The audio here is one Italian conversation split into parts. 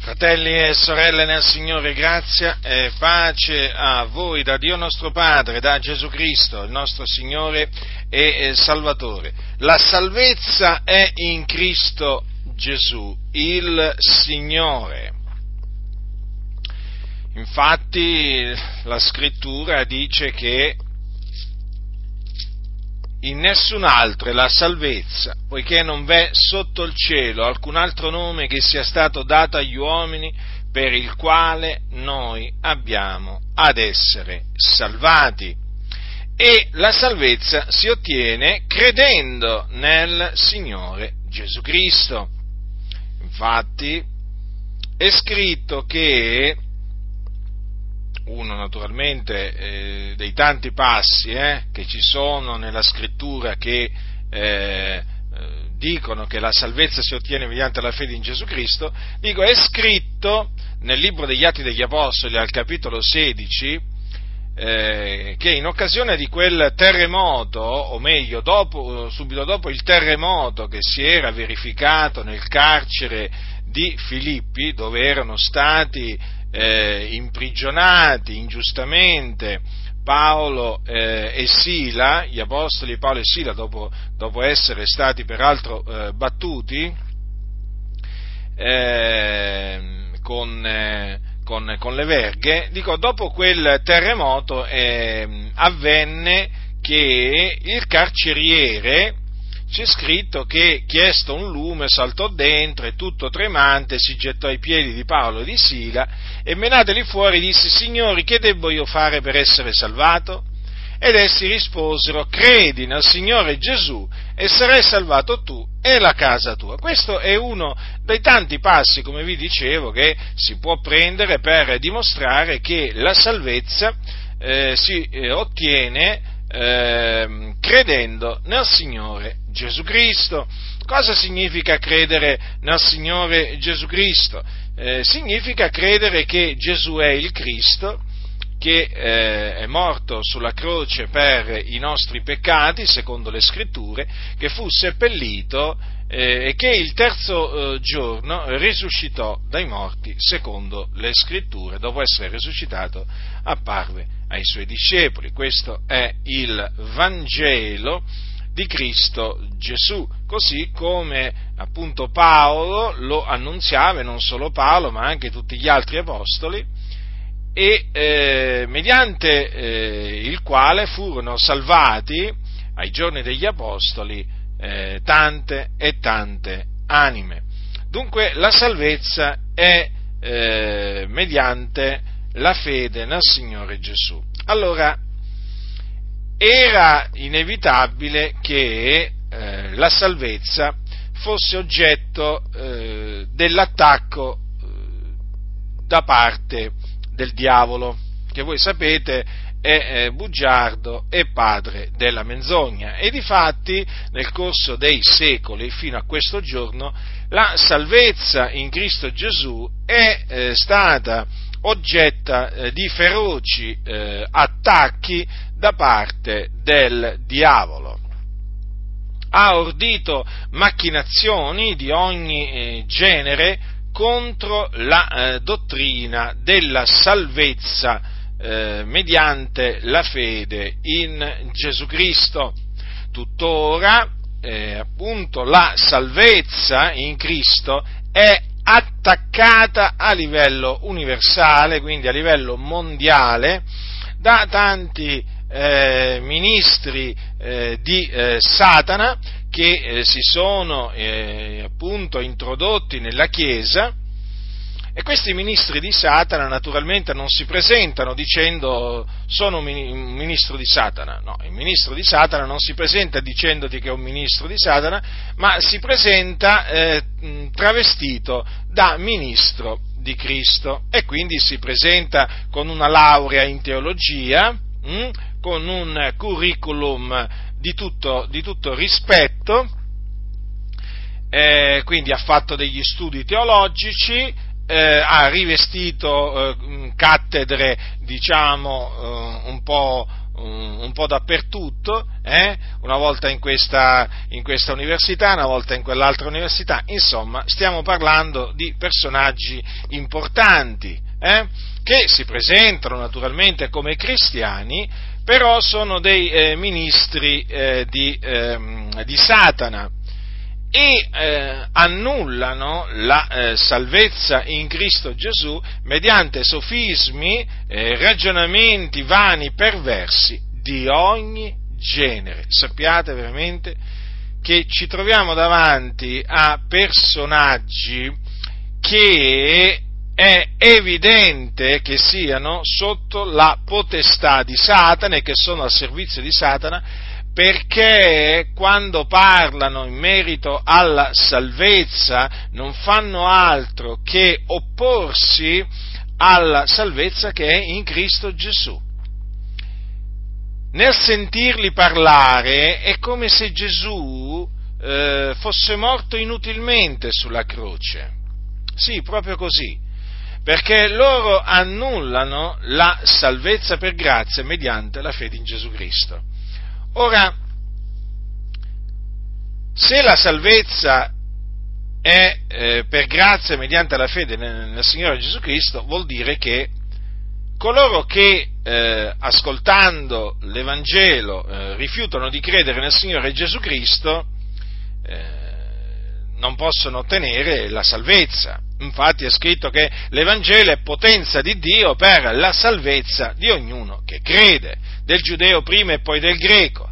Fratelli e sorelle nel Signore, grazia e pace a voi da Dio nostro Padre, da Gesù Cristo, il nostro Signore e Salvatore. La salvezza è in Cristo Gesù, il Signore. Infatti la Scrittura dice che in nessun altro è la salvezza, poiché non v'è sotto il cielo alcun altro nome che sia stato dato agli uomini per il quale noi abbiamo ad essere salvati. E la salvezza si ottiene credendo nel Signore Gesù Cristo. Infatti è scritto che uno naturalmente dei tanti passi che ci sono nella Scrittura che dicono che la salvezza si ottiene mediante la fede in Gesù Cristo, è scritto nel libro degli Atti degli Apostoli al capitolo 16 che in occasione di quel terremoto, o meglio subito dopo il terremoto che si era verificato nel carcere di Filippi, dove erano stati imprigionati ingiustamente Paolo e Sila, gli apostoli Paolo e Sila, dopo essere stati peraltro battuti con le verghe, dopo quel terremoto avvenne che il carceriere, c'è scritto che, chiesto un lume, saltò dentro e tutto tremante si gettò ai piedi di Paolo e di Sila e menateli fuori disse: Signori, che debbo io fare per essere salvato? Ed essi risposero: credi nel Signore Gesù e sarai salvato tu e la casa tua. Questo è uno dei tanti passi, come vi dicevo, che si può prendere per dimostrare che la salvezza si ottiene credendo nel Signore Gesù Cristo. Cosa significa credere nel Signore Gesù Cristo? Significa credere che Gesù è il Cristo, che è morto sulla croce per i nostri peccati, secondo le Scritture, che fu seppellito e che il terzo giorno risuscitò dai morti, secondo le Scritture. Dopo essere risuscitato, apparve ai suoi discepoli. Questo è il Vangelo di Cristo Gesù, così come appunto Paolo lo annunziava, e non solo Paolo, ma anche tutti gli altri apostoli, e mediante il quale furono salvati ai giorni degli apostoli tante e tante anime. Dunque la salvezza è mediante la fede nel Signore Gesù. Allora, era inevitabile che la salvezza fosse oggetto dell'attacco da parte del diavolo, che voi sapete è bugiardo e padre della menzogna, e difatti nel corso dei secoli fino a questo giorno la salvezza in Cristo Gesù è stata oggetta di feroci attacchi da parte del diavolo. Ha ordito macchinazioni di ogni genere contro la dottrina della salvezza mediante la fede in Gesù Cristo. Tuttora appunto la salvezza in Cristo è attaccata a livello universale, quindi a livello mondiale, da tanti ministri di Satana che si sono appunto introdotti nella Chiesa. E questi ministri di Satana naturalmente non si presentano dicendo sono un ministro di Satana. No, il ministro di Satana non si presenta dicendoti che è un ministro di Satana, ma si presenta travestito da ministro di Cristo, e quindi si presenta con una laurea in teologia, con un curriculum di tutto rispetto, quindi ha fatto degli studi teologici, ha rivestito cattedre, diciamo, un po' un po' dappertutto, una volta in questa università, una volta in quell'altra università, insomma stiamo parlando di personaggi importanti, che si presentano naturalmente come cristiani, però sono dei ministri di Satana, e annullano la salvezza in Cristo Gesù mediante sofismi, ragionamenti vani, perversi di ogni genere. Sappiate veramente che ci troviamo davanti a personaggi che è evidente che siano sotto la potestà di Satana e che sono al servizio di Satana, perché quando parlano in merito alla salvezza non fanno altro che opporsi alla salvezza che è in Cristo Gesù. Nel sentirli parlare è come se Gesù fosse morto inutilmente sulla croce. Sì, proprio così. Perché loro annullano la salvezza per grazia mediante la fede in Gesù Cristo. Ora, se la salvezza è per grazia mediante la fede nel Signore Gesù Cristo, vuol dire che coloro che ascoltando l'Evangelo rifiutano di credere nel Signore Gesù Cristo non possono ottenere la salvezza. Infatti è scritto che l'Evangelo è potenza di Dio per la salvezza di ognuno che crede, del giudeo prima e poi del greco.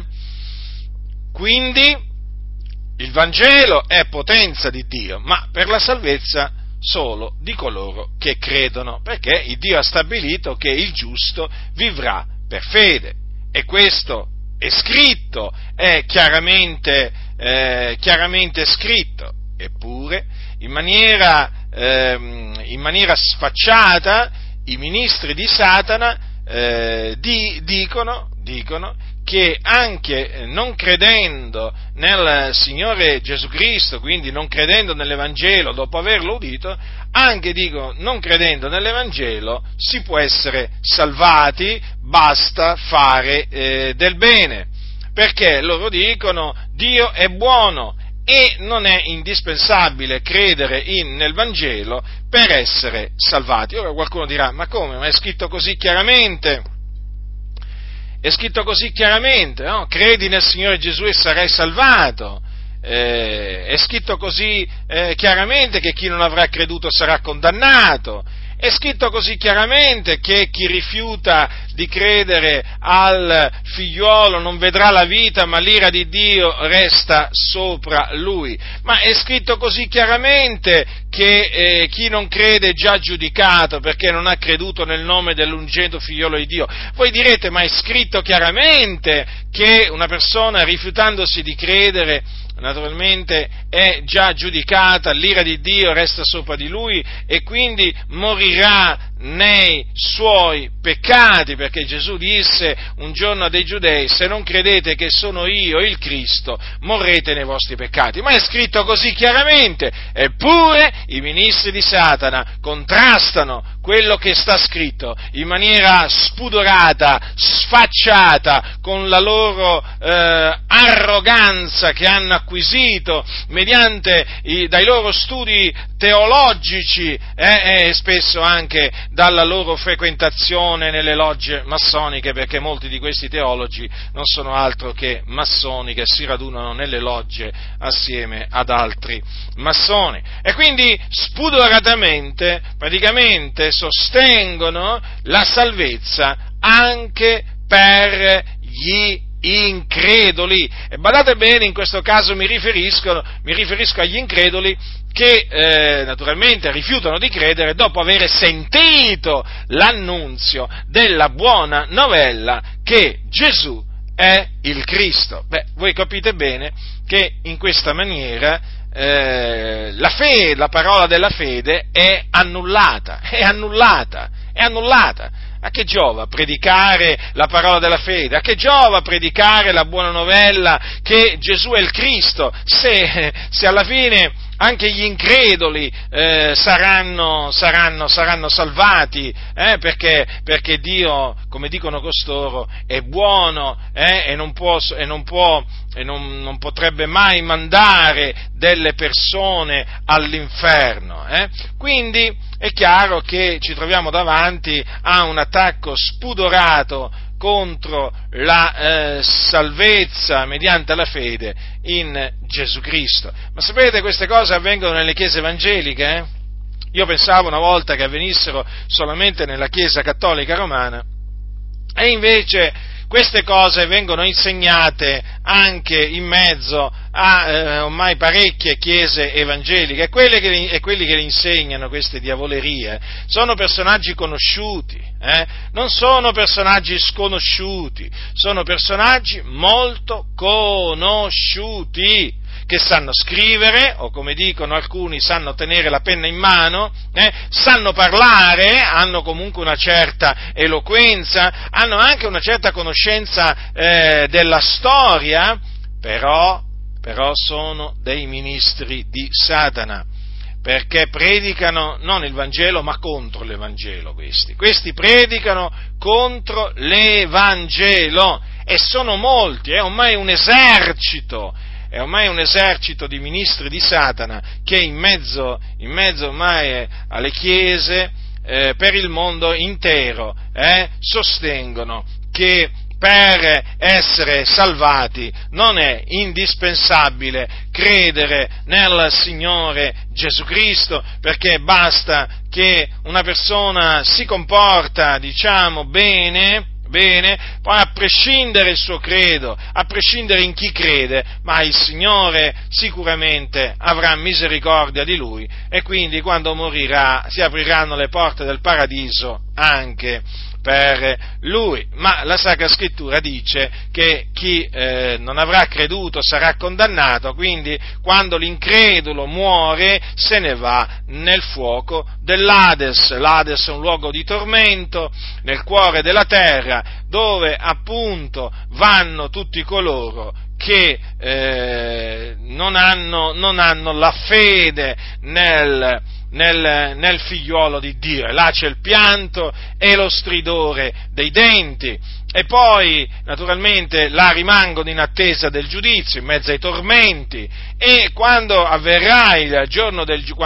Quindi il Vangelo è potenza di Dio, ma per la salvezza solo di coloro che credono, perché il Dio ha stabilito che il giusto vivrà per fede, e questo è scritto, è chiaramente scritto. Eppure, in maniera sfacciata, i ministri di Satana dicono che anche non credendo nel Signore Gesù Cristo, quindi non credendo nell'Evangelo dopo averlo udito, anche non credendo nell'Evangelo si può essere salvati, basta fare del bene, perché loro dicono Dio è buono e non è indispensabile credere nel Vangelo per essere salvati. Ora qualcuno dirà, ma come? Ma è scritto così chiaramente? È scritto così chiaramente, no? Credi nel Signore Gesù e sarai salvato. È scritto così chiaramente che chi non avrà creduto sarà condannato. È scritto così chiaramente che chi rifiuta di credere al figliuolo non vedrà la vita, ma l'ira di Dio resta sopra lui. Ma è scritto così chiaramente che chi non crede è già giudicato perché non ha creduto nel nome dell'ungenito figliolo di Dio. Voi direte, ma è scritto chiaramente che una persona rifiutandosi di credere naturalmente è già giudicata, l'ira di Dio resta sopra di lui e quindi morirà nei suoi peccati, perché Gesù disse un giorno a dei giudei: se non credete che sono io il Cristo, morrete nei vostri peccati. Ma è scritto così chiaramente, eppure i ministri di Satana contrastano quello che sta scritto in maniera spudorata, sfacciata, con la loro arroganza che hanno acquisito dai loro studi teologici e spesso anche dalla loro frequentazione nelle logge massoniche, perché molti di questi teologi non sono altro che massoni che si radunano nelle logge assieme ad altri massoni, e quindi spudoratamente praticamente sostengono la salvezza anche per gli increduli. E badate bene, in questo caso mi riferisco agli increduli che naturalmente rifiutano di credere dopo aver sentito l'annunzio della buona novella che Gesù è il Cristo. Voi capite bene che in questa maniera la parola della fede è annullata. A che giova predicare la parola della fede? A che giova predicare la buona novella che Gesù è il Cristo, se alla fine anche gli increduli saranno salvati, perché Dio, come dicono costoro, è buono, e non potrebbe mai mandare delle persone all'inferno. Quindi è chiaro che ci troviamo davanti a un attacco spudorato contro la salvezza mediante la fede in Gesù Cristo. Ma sapete, queste cose avvengono nelle chiese evangeliche? Io pensavo una volta che avvenissero solamente nella Chiesa cattolica romana, e invece queste cose vengono insegnate anche in mezzo a ormai parecchie chiese evangeliche, e quelli che le insegnano queste diavolerie sono personaggi conosciuti, non sono personaggi sconosciuti, sono personaggi molto conosciuti, che sanno scrivere, o come dicono alcuni, sanno tenere la penna in mano, sanno parlare, hanno comunque una certa eloquenza, hanno anche una certa conoscenza della storia, però sono dei ministri di Satana, perché predicano non il Vangelo ma contro l'Evangelo. Questi predicano contro l'Evangelo, e sono molti, è ormai un esercito di ministri di Satana che in mezzo ormai alle chiese per il mondo intero sostengono che per essere salvati non è indispensabile credere nel Signore Gesù Cristo, perché basta che una persona si comporta, bene, poi a prescindere il suo credo, a prescindere in chi crede, ma il Signore sicuramente avrà misericordia di lui, e quindi quando morirà si apriranno le porte del paradiso anche per lui. Ma la Sacra Scrittura dice che chi non avrà creduto sarà condannato, quindi quando l'incredulo muore se ne va nel fuoco dell'Ades. L'Ades è un luogo di tormento nel cuore della terra, dove appunto vanno tutti coloro che non hanno la fede nel figliuolo di Dio, e là c'è il pianto e lo stridore dei denti, e poi naturalmente là rimangono in attesa del giudizio, in mezzo ai tormenti, e quando verrà il giorno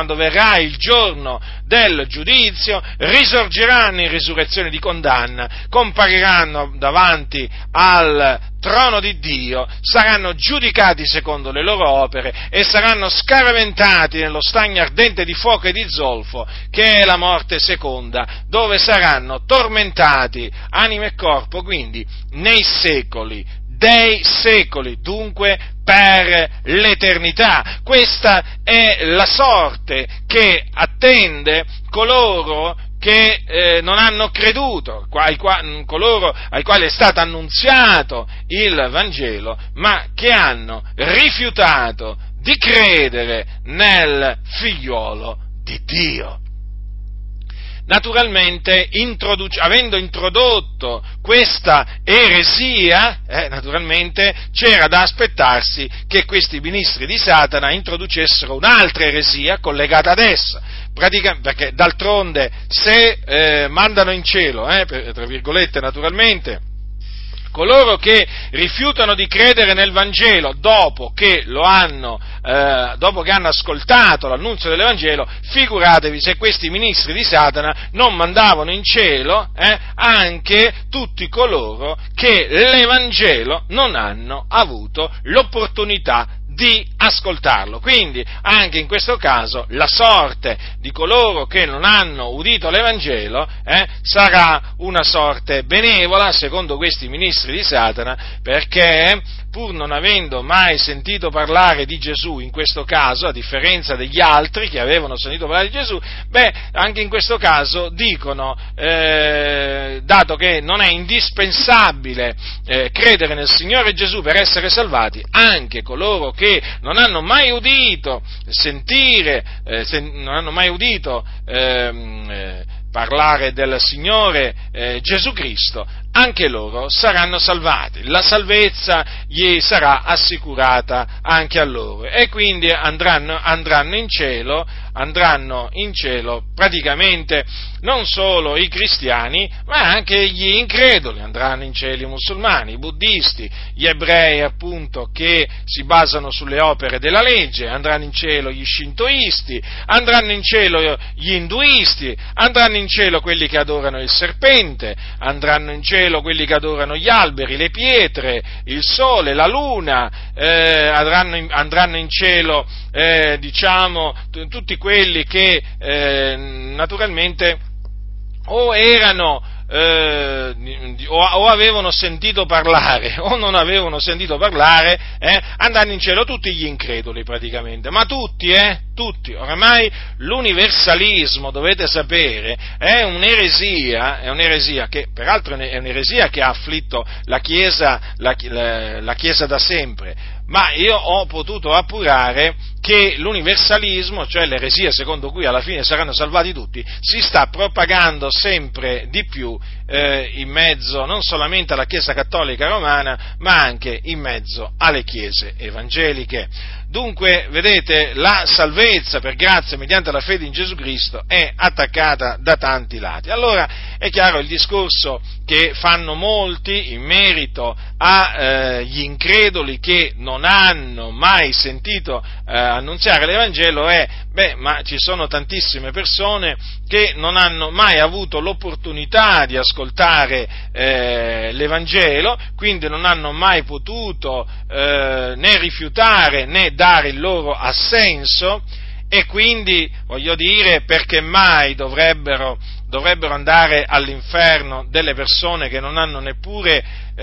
del giudizio risorgeranno in risurrezione di condanna, compariranno davanti al trono di Dio, saranno giudicati secondo le loro opere e saranno scaraventati nello stagno ardente di fuoco e di zolfo, che è la morte seconda, dove saranno tormentati anima e corpo, quindi nei secoli dei secoli, dunque per l'eternità. Questa è la sorte che attende coloro che non hanno creduto, coloro ai quali è stato annunziato il Vangelo, ma che hanno rifiutato di credere nel figliuolo di Dio. Naturalmente, avendo introdotto questa eresia, naturalmente c'era da aspettarsi che questi ministri di Satana introducessero un'altra eresia collegata ad essa, perché d'altronde se mandano in cielo, tra virgolette naturalmente, coloro che rifiutano di credere nel Vangelo dopo che hanno ascoltato l'annunzio dell'Evangelo, figuratevi se questi ministri di Satana non mandavano in cielo anche tutti coloro che l'Evangelo non hanno avuto l'opportunità di ascoltarlo. Quindi anche in questo caso la sorte di coloro che non hanno udito l'Evangelo sarà una sorte benevola secondo questi ministri di Satana, perché pur non avendo mai sentito parlare di Gesù in questo caso, a differenza degli altri che avevano sentito parlare di Gesù, anche in questo caso dicono, dato che non è indispensabile credere nel Signore Gesù per essere salvati, anche coloro che non hanno mai udito parlare del Signore Gesù Cristo, anche loro saranno salvati, la salvezza gli sarà assicurata anche a loro e quindi andranno in cielo praticamente non solo i cristiani, ma anche gli increduli, andranno in cielo i musulmani, i buddisti, gli ebrei appunto che si basano sulle opere della legge, andranno in cielo gli shintoisti, andranno in cielo gli induisti, andranno in cielo quelli che adorano il serpente, andranno in cielo quelli che adorano gli alberi, le pietre, il sole, la luna, andranno in cielo tutti quelli che naturalmente o erano o avevano sentito parlare o non avevano sentito parlare, andranno in cielo tutti gli increduli praticamente, ma tutti, oramai l'universalismo, dovete sapere, è un'eresia che peraltro è un'eresia che ha afflitto la Chiesa da sempre, ma io ho potuto appurare che l'universalismo, cioè l'eresia secondo cui alla fine saranno salvati tutti, si sta propagando sempre di più in mezzo non solamente alla Chiesa cattolica romana, ma anche in mezzo alle chiese evangeliche. Dunque, vedete, la salvezza per grazia mediante la fede in Gesù Cristo è attaccata da tanti lati. Allora, è chiaro il discorso che fanno molti in merito agli increduli che non hanno mai sentito annunziare l'Evangelo ma ci sono tantissime persone che non hanno mai avuto l'opportunità di ascoltare l'Evangelo, quindi non hanno mai potuto né rifiutare né dare il loro assenso, e quindi, voglio dire, perché mai dovrebbero andare all'inferno delle persone che non hanno neppure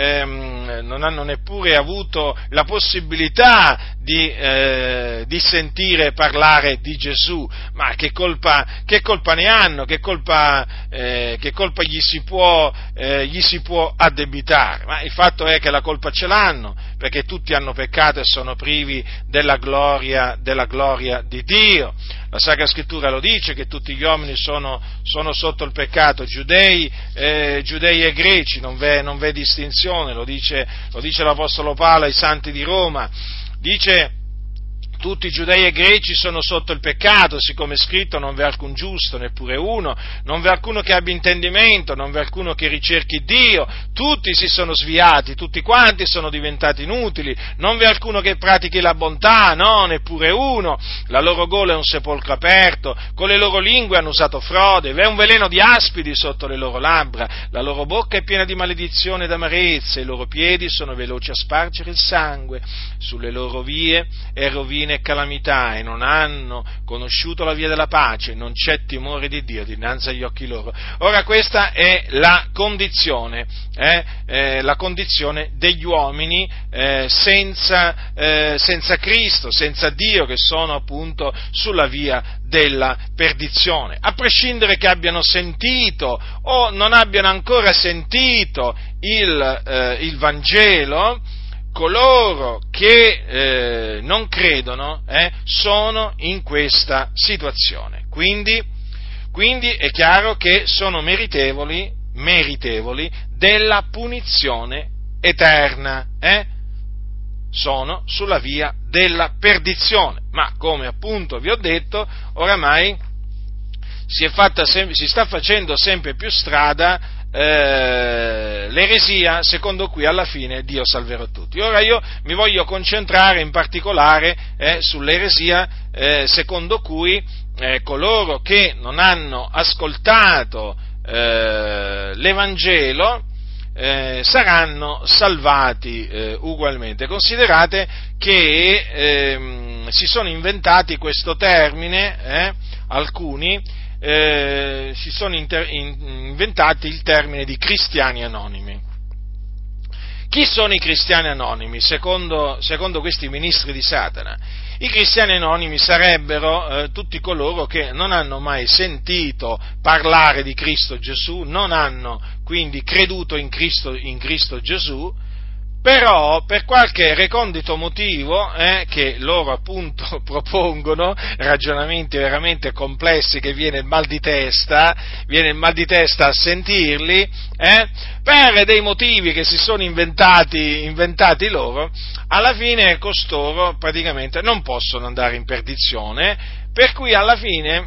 avuto la possibilità di sentire parlare di Gesù? Ma che colpa ne hanno? Che colpa gli si può addebitare? Ma il fatto è che la colpa ce l'hanno, perché tutti hanno peccato e sono privi della gloria di Dio. La Sacra Scrittura lo dice, che tutti gli uomini sono sotto il peccato, giudei e greci, non v'è distinzione, lo dice l'Apostolo Paolo ai santi di Roma, dice: tutti i giudei e greci sono sotto il peccato, siccome è scritto: non v'è alcun giusto, neppure uno, non v'è alcuno che abbia intendimento, non v'è alcuno che ricerchi Dio, tutti si sono sviati, tutti quanti sono diventati inutili, non v'è alcuno che pratichi la bontà, no, neppure uno, la loro gola è un sepolcro aperto, con le loro lingue hanno usato frode, v'è un veleno di aspidi sotto le loro labbra, la loro bocca è piena di maledizione ed amarezza, i loro piedi sono veloci a spargere il sangue, sulle loro vie è rovina e calamità, e non hanno conosciuto la via della pace, non c'è timore di Dio dinanzi agli occhi loro. Ora, questa è la condizione degli uomini senza Cristo, senza Dio, che sono appunto sulla via della perdizione, a prescindere che abbiano sentito o non abbiano ancora sentito il Vangelo. Coloro che non credono sono in questa situazione, quindi è chiaro che sono meritevoli della punizione eterna, sono sulla via della perdizione, ma come appunto vi ho detto, oramai si sta facendo sempre più strada l'eresia secondo cui alla fine Dio salverà tutti. Ora io mi voglio concentrare in particolare sull'eresia secondo cui coloro che non hanno ascoltato l'Evangelo saranno salvati ugualmente. Considerate che si sono inventati questo termine, alcuni si sono inventati il termine di cristiani anonimi. Chi sono i cristiani anonimi secondo questi ministri di Satana? I cristiani anonimi sarebbero tutti coloro che non hanno mai sentito parlare di Cristo Gesù, non hanno quindi creduto in Cristo Gesù, Però, per qualche recondito motivo, che loro appunto propongono, ragionamenti veramente complessi che viene il mal di testa a sentirli, per dei motivi che si sono inventati loro, alla fine costoro praticamente non possono andare in perdizione, per cui alla fine,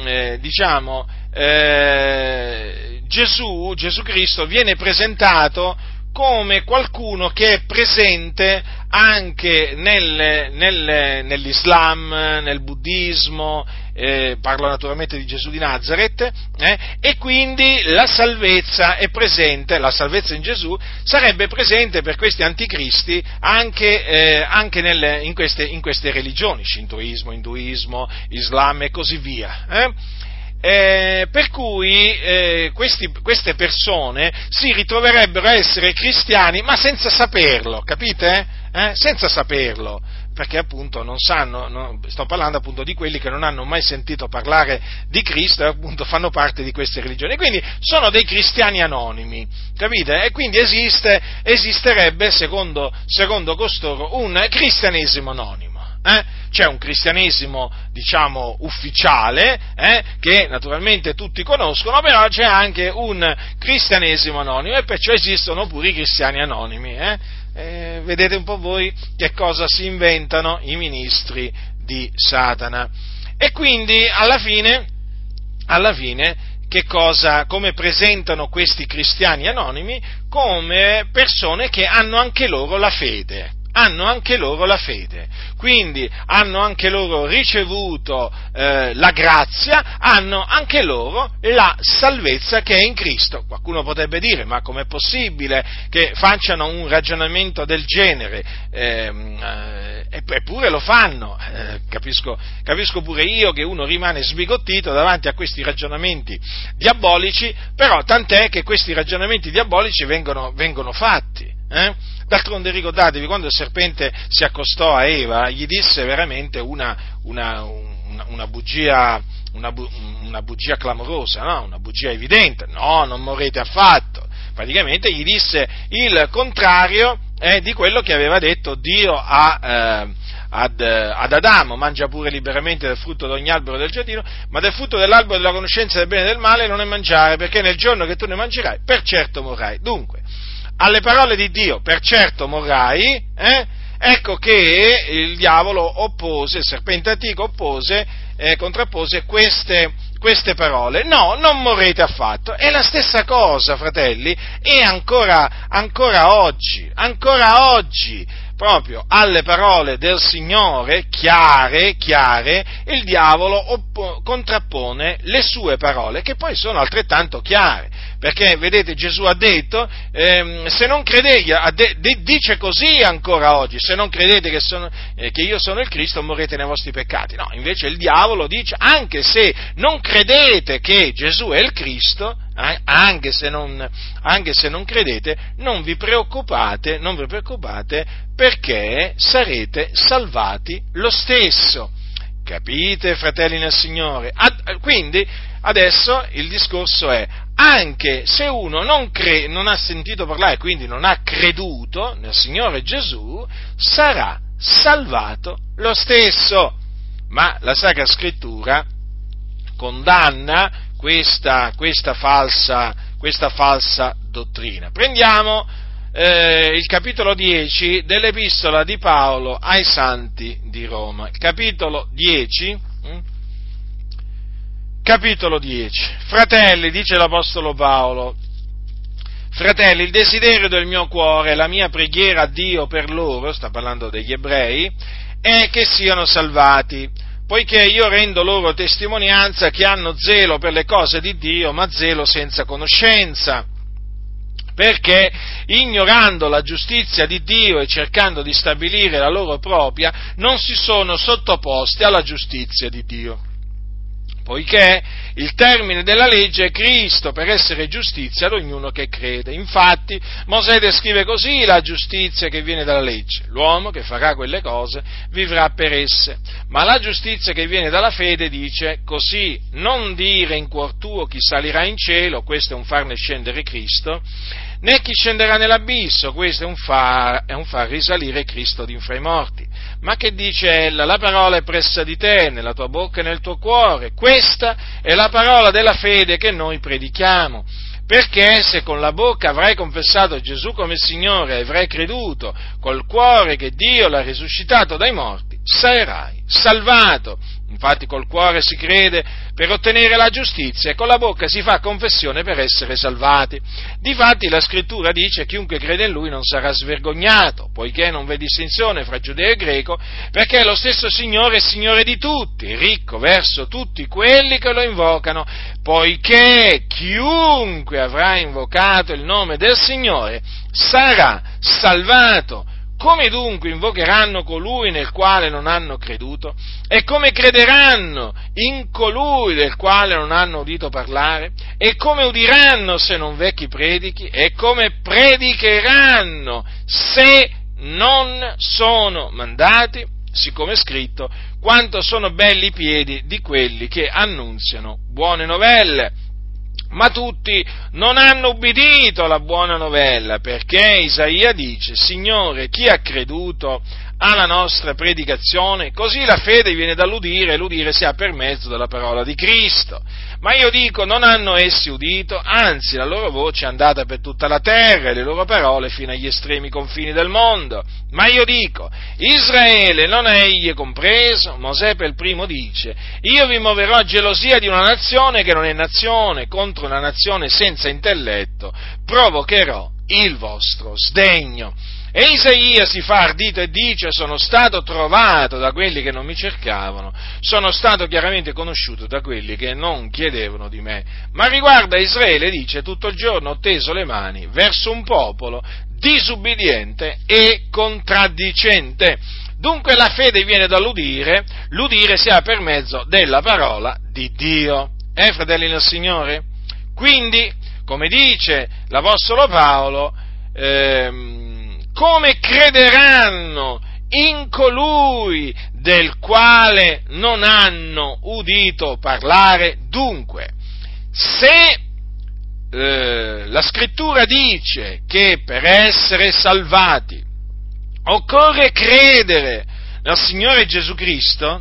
Gesù Cristo viene presentato come qualcuno che è presente anche nell'Islam, nel buddismo, parlo naturalmente di Gesù di Nazaret, e quindi la salvezza è presente, la salvezza in Gesù sarebbe presente per questi anticristi anche in queste religioni, shintoismo, induismo, Islam e così via. Per cui queste persone si ritroverebbero a essere cristiani, ma senza saperlo, capite? Senza saperlo, perché appunto non sanno, sto parlando appunto di quelli che non hanno mai sentito parlare di Cristo e appunto fanno parte di queste religioni, quindi sono dei cristiani anonimi, capite? E quindi esisterebbe, secondo costoro, un cristianesimo anonimo. C'è un cristianesimo, ufficiale, che naturalmente tutti conoscono, però c'è anche un cristianesimo anonimo e perciò esistono pure i cristiani anonimi. Vedete un po' voi che cosa si inventano i ministri di Satana. E quindi alla fine come presentano questi cristiani anonimi? Come persone che hanno anche loro la fede. Quindi hanno anche loro ricevuto la grazia, hanno anche loro la salvezza che è in Cristo. Qualcuno potrebbe dire, ma com'è possibile che facciano un ragionamento del genere? Eppure lo fanno, capisco pure io che uno rimane sbigottito davanti a questi ragionamenti diabolici, però tant'è che questi ragionamenti diabolici vengono fatti. D'altronde ricordatevi, quando il serpente si accostò a Eva, gli disse veramente una bugia clamorosa, no? Una bugia evidente, no, non morrete affatto. Praticamente gli disse il contrario di quello che aveva detto Dio ad Adamo: mangia pure liberamente del frutto di ogni albero del giardino, ma del frutto dell'albero della conoscenza del bene e del male non ne mangiare, perché nel giorno che tu ne mangerai, per certo morrai. Dunque, alle parole di Dio, per certo morrai, ecco che il diavolo il serpente antico contrappose queste parole. No, non morrete affatto. È la stessa cosa, fratelli, e ancora oggi, proprio alle parole del Signore, chiare, il diavolo contrappone le sue parole, che poi sono altrettanto chiare, perché, vedete, Gesù ha detto, se non credete, dice così ancora oggi, se non credete che io sono il Cristo, morrete nei vostri peccati. No, invece il diavolo dice, anche se non credete che Gesù è il Cristo, anche se non credete, non vi preoccupate, perché sarete salvati lo stesso. Capite, fratelli nel Signore? Quindi, adesso il discorso è, anche se uno non ha sentito parlare, quindi non ha creduto nel Signore Gesù, sarà salvato lo stesso. Ma la Sacra Scrittura condanna questa falsa dottrina. Prendiamo il capitolo 10 dell'Epistola di Paolo ai Santi di Roma. Capitolo 10. Fratelli, dice l'Apostolo Paolo, fratelli, il desiderio del mio cuore, la mia preghiera a Dio per loro, sta parlando degli ebrei, è che siano salvati, poiché io rendo loro testimonianza che hanno zelo per le cose di Dio, ma zelo senza conoscenza, perché ignorando la giustizia di Dio e cercando di stabilire la loro propria, non si sono sottoposti alla giustizia di Dio. Poiché il termine della legge è Cristo, per essere giustizia ad ognuno che crede. Infatti, Mosè descrive così la giustizia che viene dalla legge: l'uomo che farà quelle cose vivrà per esse. Ma la giustizia che viene dalla fede dice così: non dire in cuor tuo chi salirà in cielo, questo è un farne scendere Cristo, né chi scenderà nell'abisso, questo è un far risalire Cristo d'infra i morti. Ma che dice ella? La parola è pressa di te, nella tua bocca e nel tuo cuore. Questa è la parola della fede che noi predichiamo. Perché se con la bocca avrai confessato Gesù come Signore e avrai creduto col cuore che Dio l'ha risuscitato dai morti, sarai salvato. Infatti col cuore si crede per ottenere la giustizia e con la bocca si fa confessione per essere salvati. Difatti la Scrittura dice: chiunque crede in Lui non sarà svergognato, poiché non v'è distinzione fra giudeo e greco, perché lo stesso Signore è Signore di tutti, ricco verso tutti quelli che lo invocano, poiché chiunque avrà invocato il nome del Signore sarà salvato. Come dunque invocheranno colui nel quale non hanno creduto? E come crederanno in colui del quale non hanno udito parlare? E come udiranno se non v'è chi predichi? E come predicheranno se non sono mandati? Siccome è scritto: quanto sono belli i piedi di quelli che annunziano buone novelle. Ma tutti non hanno ubbidito alla buona novella, perché Isaia dice: Signore, chi ha creduto alla nostra predicazione? Così la fede viene dall'udire, e l'udire si ha per mezzo della parola di Cristo. Ma io dico, non hanno essi udito, anzi la loro voce è andata per tutta la terra e le loro parole fino agli estremi confini del mondo. Ma io dico, Israele non è egli compreso? Mosè per primo dice: io vi muoverò a gelosia di una nazione che non è nazione, contro una nazione senza intelletto provocherò il vostro sdegno. E Isaia si fa ardito e dice: sono stato trovato da quelli che non mi cercavano, sono stato chiaramente conosciuto da quelli che non chiedevano di me. Ma riguardo a Israele dice: tutto il giorno ho teso le mani verso un popolo disubbidiente e contraddicente. Dunque la fede viene dall'udire, l'udire si ha per mezzo della parola di Dio. Fratelli nel Signore? Quindi, come dice l'Apostolo Paolo, come crederanno in colui del quale non hanno udito parlare? Dunque, se la Scrittura dice che per essere salvati occorre credere nel Signore Gesù Cristo,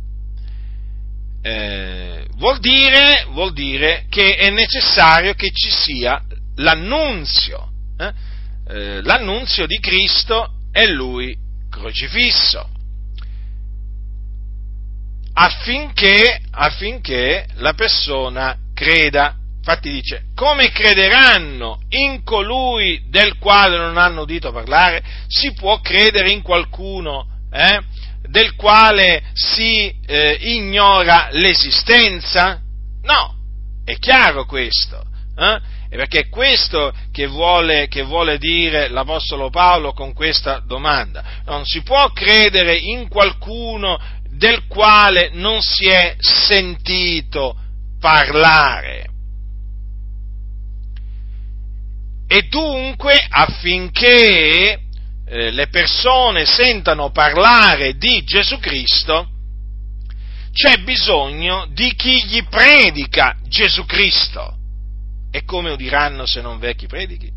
vuol dire che è necessario che ci sia l'annunzio di Cristo e Lui crocifisso, affinché la persona creda. Infatti dice: come crederanno in colui del quale non hanno udito parlare? Si può credere in qualcuno del quale si ignora l'esistenza? No, è chiaro questo. E perché è questo che vuole dire l'Apostolo Paolo con questa domanda. Non si può credere in qualcuno del quale non si è sentito parlare. E dunque, affinché le persone sentano parlare di Gesù Cristo, c'è bisogno di chi gli predica Gesù Cristo. E come udiranno se non v'è chi predichi?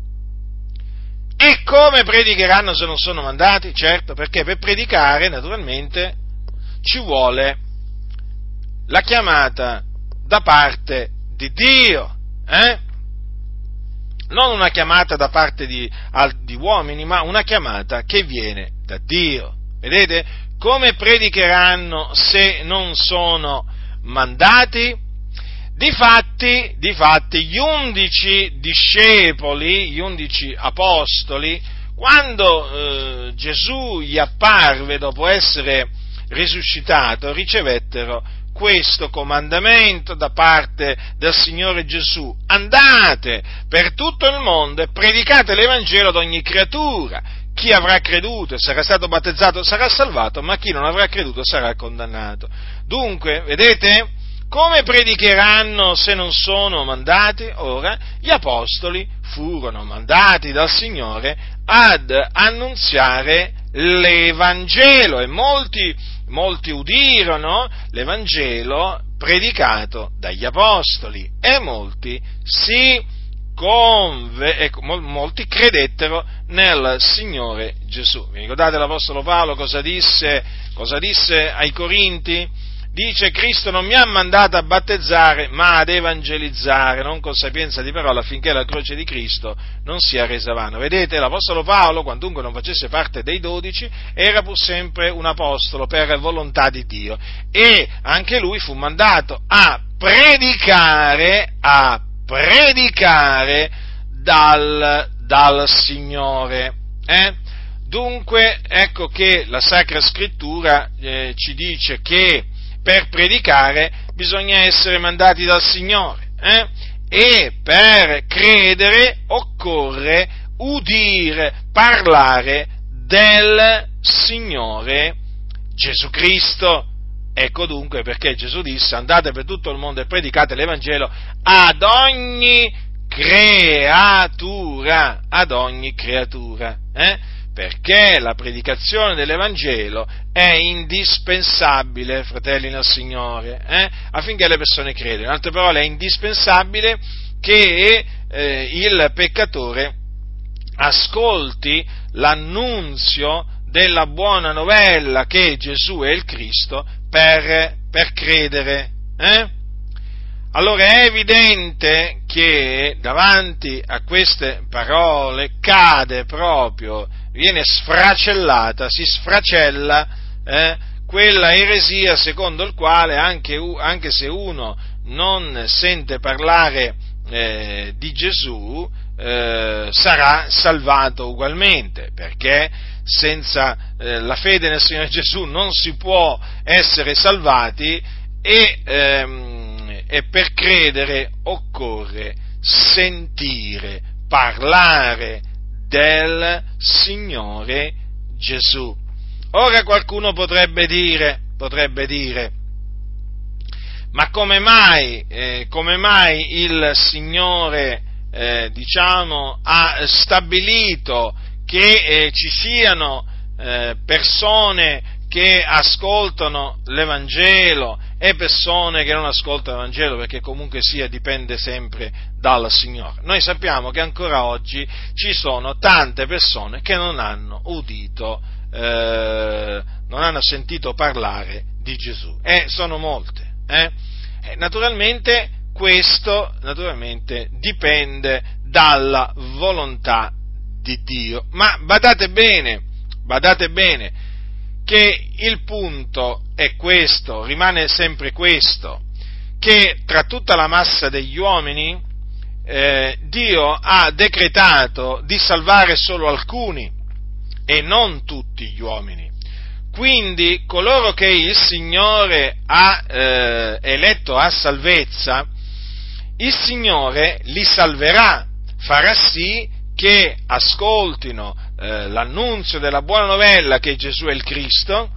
E come predicheranno se non sono mandati? Certo, perché per predicare, naturalmente, ci vuole la chiamata da parte di Dio, Non una chiamata da parte di uomini, ma una chiamata che viene da Dio. Vedete? Come predicheranno se non sono mandati? Difatti, gli 11 discepoli, gli 11 apostoli, quando Gesù gli apparve dopo essere risuscitato, ricevettero questo comandamento da parte del Signore Gesù: andate per tutto il mondo e predicate l'Evangelo ad ogni creatura. Chi avrà creduto e sarà stato battezzato sarà salvato, ma chi non avrà creduto sarà condannato. Dunque, vedete, Come predicheranno se non sono mandati? Ora, gli apostoli furono mandati dal Signore ad annunziare l'Evangelo e molti udirono l'Evangelo predicato dagli apostoli e molti molti credettero nel Signore Gesù. Vi ricordate l'Apostolo Paolo cosa disse ai Corinti? Dice: Cristo non mi ha mandato a battezzare, ma ad evangelizzare, non con sapienza di parola, affinché la croce di Cristo non sia resa vana. Vedete, l'Apostolo Paolo, quantunque non facesse parte dei 12, era pur sempre un apostolo per volontà di Dio, e anche lui fu mandato a predicare dal Signore. Dunque, ecco che la Sacra Scrittura ci dice che per predicare bisogna essere mandati dal Signore, e per credere occorre udire parlare del Signore Gesù Cristo. Ecco dunque perché Gesù disse: andate per tutto il mondo e predicate l'Evangelo ad ogni creatura, perché la predicazione dell'Evangelo è indispensabile, fratelli nel Signore, affinché le persone credano. In altre parole, è indispensabile che il peccatore ascolti l'annunzio della buona novella che Gesù è il Cristo per credere. Allora è evidente che davanti a queste parole viene sfracellata, si sfracella quella eresia secondo il quale anche se uno non sente parlare di Gesù sarà salvato ugualmente, perché senza la fede nel Signore Gesù non si può essere salvati, e per credere occorre sentire parlare del Signore Gesù. Ora qualcuno potrebbe dire, ma come mai il Signore ha stabilito che ci siano persone che ascoltano l'Evangelo e persone che non ascoltano l'Evangelo, perché comunque sia dipende sempre dal Signore? Noi sappiamo che ancora oggi ci sono tante persone che non hanno sentito parlare di Gesù, sono molte. Naturalmente questo dipende dalla volontà di Dio, ma badate bene che il punto è questo, rimane sempre questo, che tra tutta la massa degli uomini Dio ha decretato di salvare solo alcuni e non tutti gli uomini. Quindi coloro che il Signore ha eletto a salvezza, il Signore li salverà, farà sì che ascoltino l'annunzio della buona novella che Gesù è il Cristo,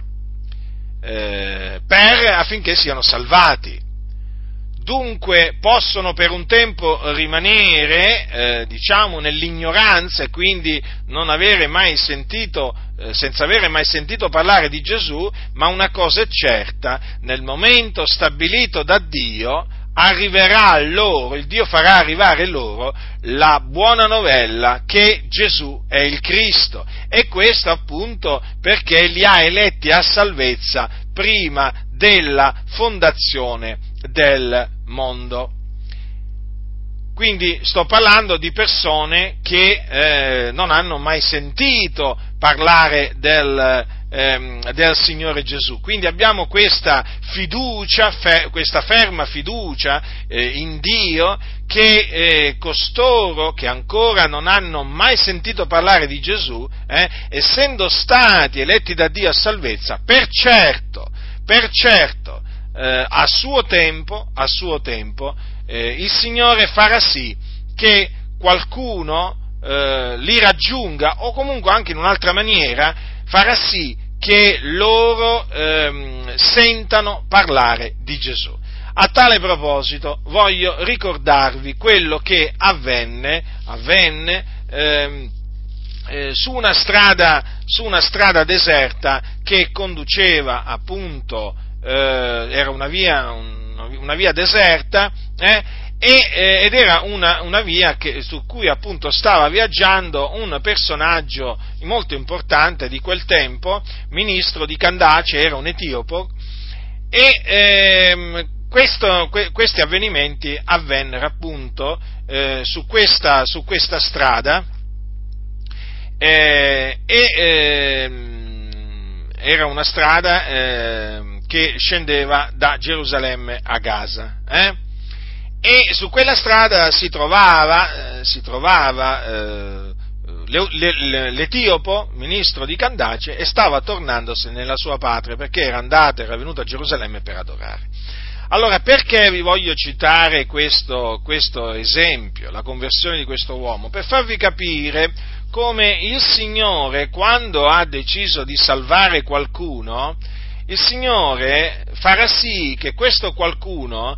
affinché siano salvati. Dunque possono per un tempo rimanere, nell'ignoranza, e quindi non avere mai sentito, senza avere mai sentito parlare di Gesù, ma una cosa è certa: nel momento stabilito da Dio arriverà a loro, il Dio farà arrivare loro la buona novella che Gesù è il Cristo, e questo appunto perché li ha eletti a salvezza prima della fondazione del mondo. Quindi sto parlando di persone che non hanno mai sentito parlare del Signore Gesù. Quindi abbiamo questa fiducia, questa ferma fiducia in Dio, che costoro che ancora non hanno mai sentito parlare di Gesù, essendo stati eletti da Dio a salvezza, per certo, a suo tempo, il Signore farà sì che qualcuno li raggiunga, o comunque anche in un'altra maniera farà sì che loro sentano parlare di Gesù. A tale proposito voglio ricordarvi quello che avvenne su una strada deserta che conduceva appunto, era una via deserta, ed era una via su cui appunto stava viaggiando un personaggio molto importante di quel tempo, ministro di Candace, era un etiopo, e questi avvenimenti avvennero appunto su questa strada, era una strada che scendeva da Gerusalemme a Gaza, e su quella strada si trovava l'etiopo, ministro di Candace, e stava tornandosene nella sua patria, perché era venuto a Gerusalemme per adorare. Allora, perché vi voglio citare questo esempio, la conversione di questo uomo? Per farvi capire come il Signore, quando ha deciso di salvare qualcuno, il Signore farà sì che questo qualcuno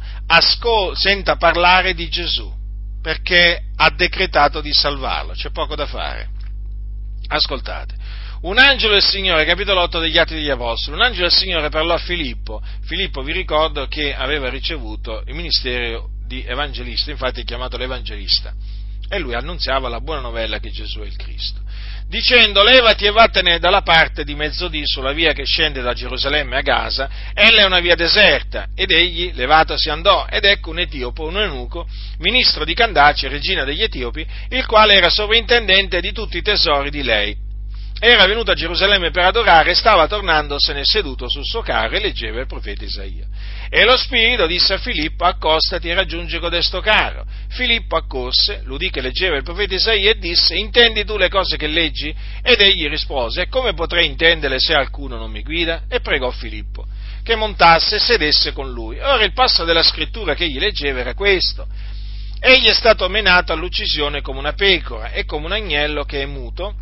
senta parlare di Gesù, perché ha decretato di salvarlo, c'è poco da fare. Ascoltate, un angelo del Signore, capitolo 8 degli Atti degli Apostoli, un angelo del Signore parlò a Filippo. Filippo, vi ricordo che aveva ricevuto il ministero di evangelista, infatti è chiamato l'evangelista, e lui annunziava la buona novella che Gesù è il Cristo, dicendo: levati e vattene dalla parte di mezzodì sulla via che scende da Gerusalemme a Gaza, ella è una via deserta. Ed egli, levatosi, andò, ed ecco un etiopo, un eunuco, ministro di Candace, regina degli Etiopi, il quale era sovrintendente di tutti i tesori di lei. Era venuto a Gerusalemme per adorare e stava tornandosene seduto sul suo carro e leggeva il profeta Isaia. E lo Spirito disse a Filippo: accostati e raggiungi codesto carro. Filippo accorse, l'udì che leggeva il profeta Isaia e disse: intendi tu le cose che leggi? Ed egli rispose: e come potrei intenderle se alcuno non mi guida? E pregò Filippo che montasse e sedesse con lui. Ora il passo della scrittura che egli leggeva era questo: egli è stato menato all'uccisione come una pecora e come un agnello che è muto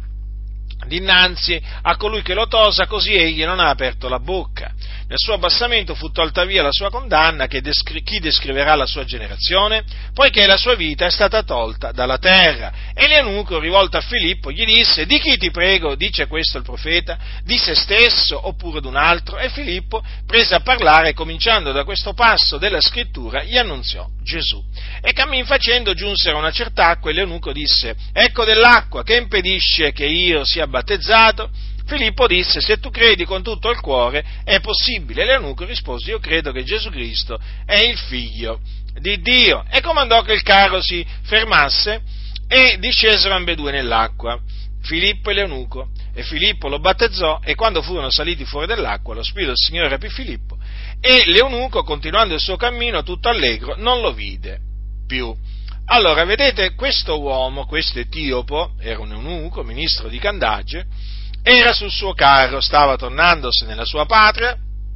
dinanzi a colui che lo tosa, così egli non ha aperto la bocca. Nel suo abbassamento fu tolta via la sua condanna, chi descriverà la sua generazione? Poiché la sua vita è stata tolta dalla terra. E l'eunuco, rivolto a Filippo, gli disse: di chi, ti prego, dice questo il profeta? Di se stesso oppure d'un altro? E Filippo prese a parlare, cominciando da questo passo della scrittura, gli annunziò Gesù. E cammin facendo giunsero a una certa acqua, e l'eunuco disse: ecco dell'acqua, che impedisce che io sia battezzato? Filippo disse: se tu credi con tutto il cuore è possibile. L'eunuco rispose: io credo che Gesù Cristo è il Figlio di Dio. E comandò che il carro si fermasse e discesero ambedue nell'acqua, Filippo e l'eunuco. E Filippo lo battezzò, e quando furono saliti fuori dell'acqua lo Spirito del Signore rapì Filippo, e l'eunuco, continuando il suo cammino tutto allegro, non lo vide più. Allora, vedete, questo uomo, questo etiopo, era un eunuco, ministro di Candace, era sul suo carro, stava tornandosene nella sua patria,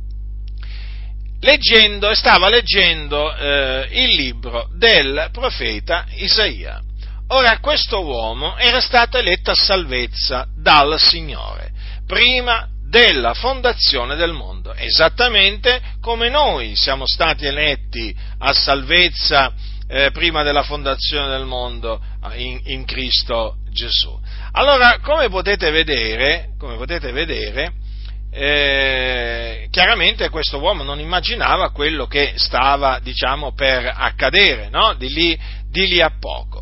stava leggendo il libro del profeta Isaia. Ora, questo uomo era stato eletto a salvezza dal Signore, prima della fondazione del mondo, esattamente come noi siamo stati eletti a salvezza prima della fondazione del mondo in Cristo Gesù. Allora, come potete vedere, chiaramente questo uomo non immaginava quello che stava, per accadere, no? Di lì a poco.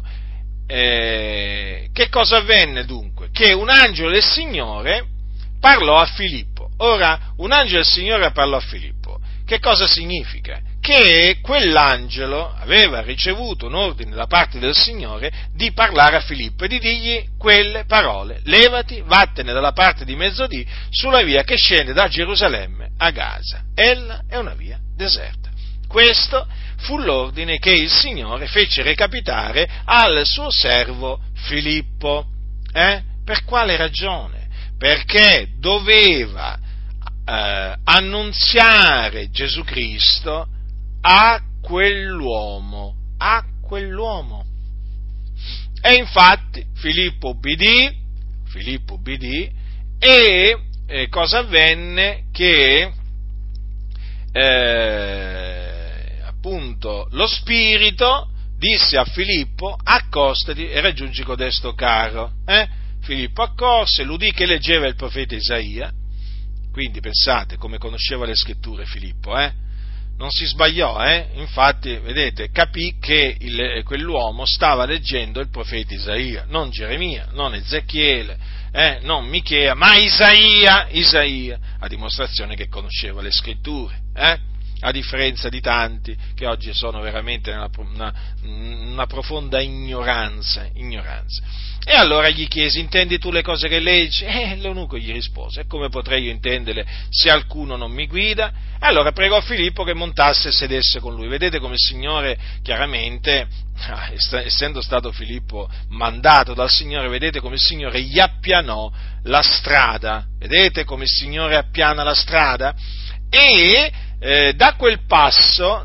Che cosa avvenne dunque? Che un angelo del Signore parlò a Filippo. Ora, un angelo del Signore parlò a Filippo. Che cosa significa? Che quell'angelo aveva ricevuto un ordine da parte del Signore di parlare a Filippo e di dirgli quelle parole: levati, vattene dalla parte di mezzodì sulla via che scende da Gerusalemme a Gaza. Ella è una via deserta. Questo fu l'ordine che il Signore fece recapitare al suo servo Filippo. Per quale ragione? Perché doveva annunziare Gesù Cristo a quell'uomo. E infatti Filippo ubbidì e cosa avvenne? Che appunto lo Spirito disse a Filippo: accostati e raggiungi codesto carro. Filippo accorse, l'udì che leggeva il profeta Isaia. Quindi pensate come conosceva le scritture Filippo, non si sbagliò, infatti, vedete, capì che quell'uomo stava leggendo il profeta Isaia, non Geremia, non Ezechiele, non Michea, ma Isaia, a dimostrazione che conosceva le scritture, a differenza di tanti che oggi sono veramente nella una profonda ignoranza. E allora gli chiesi: intendi tu le cose che leggi? L'eunuco gli rispose: e come potrei io intenderle se alcuno non mi guida? E allora pregò Filippo che montasse e sedesse con lui. Vedete come il Signore, chiaramente, essendo stato Filippo mandato dal Signore, vedete come il Signore gli appianò la strada. Vedete come il Signore appiana la strada? E da quel passo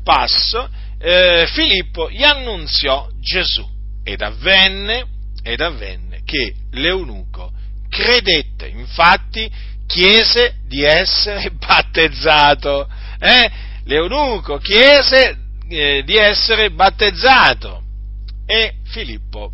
Filippo gli annunziò Gesù ed avvenne che l'eunuco credette, infatti chiese di essere battezzato. L'eunuco chiese di essere battezzato e Filippo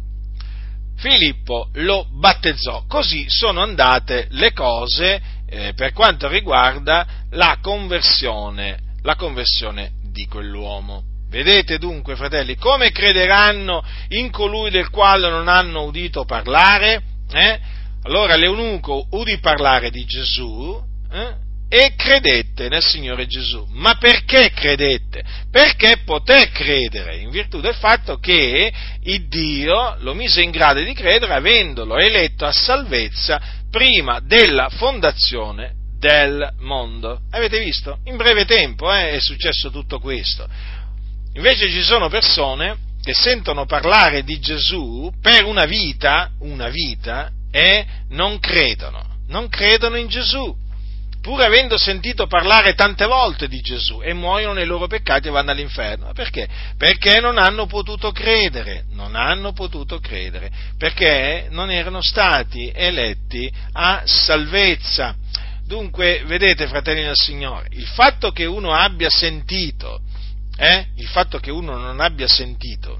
lo battezzò. Così sono andate le cose per quanto riguarda la conversione di quell'uomo. Vedete dunque, fratelli, come crederanno in colui del quale non hanno udito parlare? Allora l'eunuco udì parlare di Gesù e credette nel Signore Gesù. Ma perché credette? Perché poté credere, in virtù del fatto che il Dio lo mise in grado di credere avendolo eletto a salvezza prima della fondazione del mondo. Avete visto? In breve tempo è successo tutto questo. Invece ci sono persone che sentono parlare di Gesù per una vita e non credono in Gesù, pur avendo sentito parlare tante volte di Gesù, e muoiono nei loro peccati e vanno all'inferno. Perché? Perché non hanno potuto credere, perché non erano stati eletti a salvezza. Dunque, vedete, fratelli del Signore, il fatto che uno abbia sentito, il fatto che uno non abbia sentito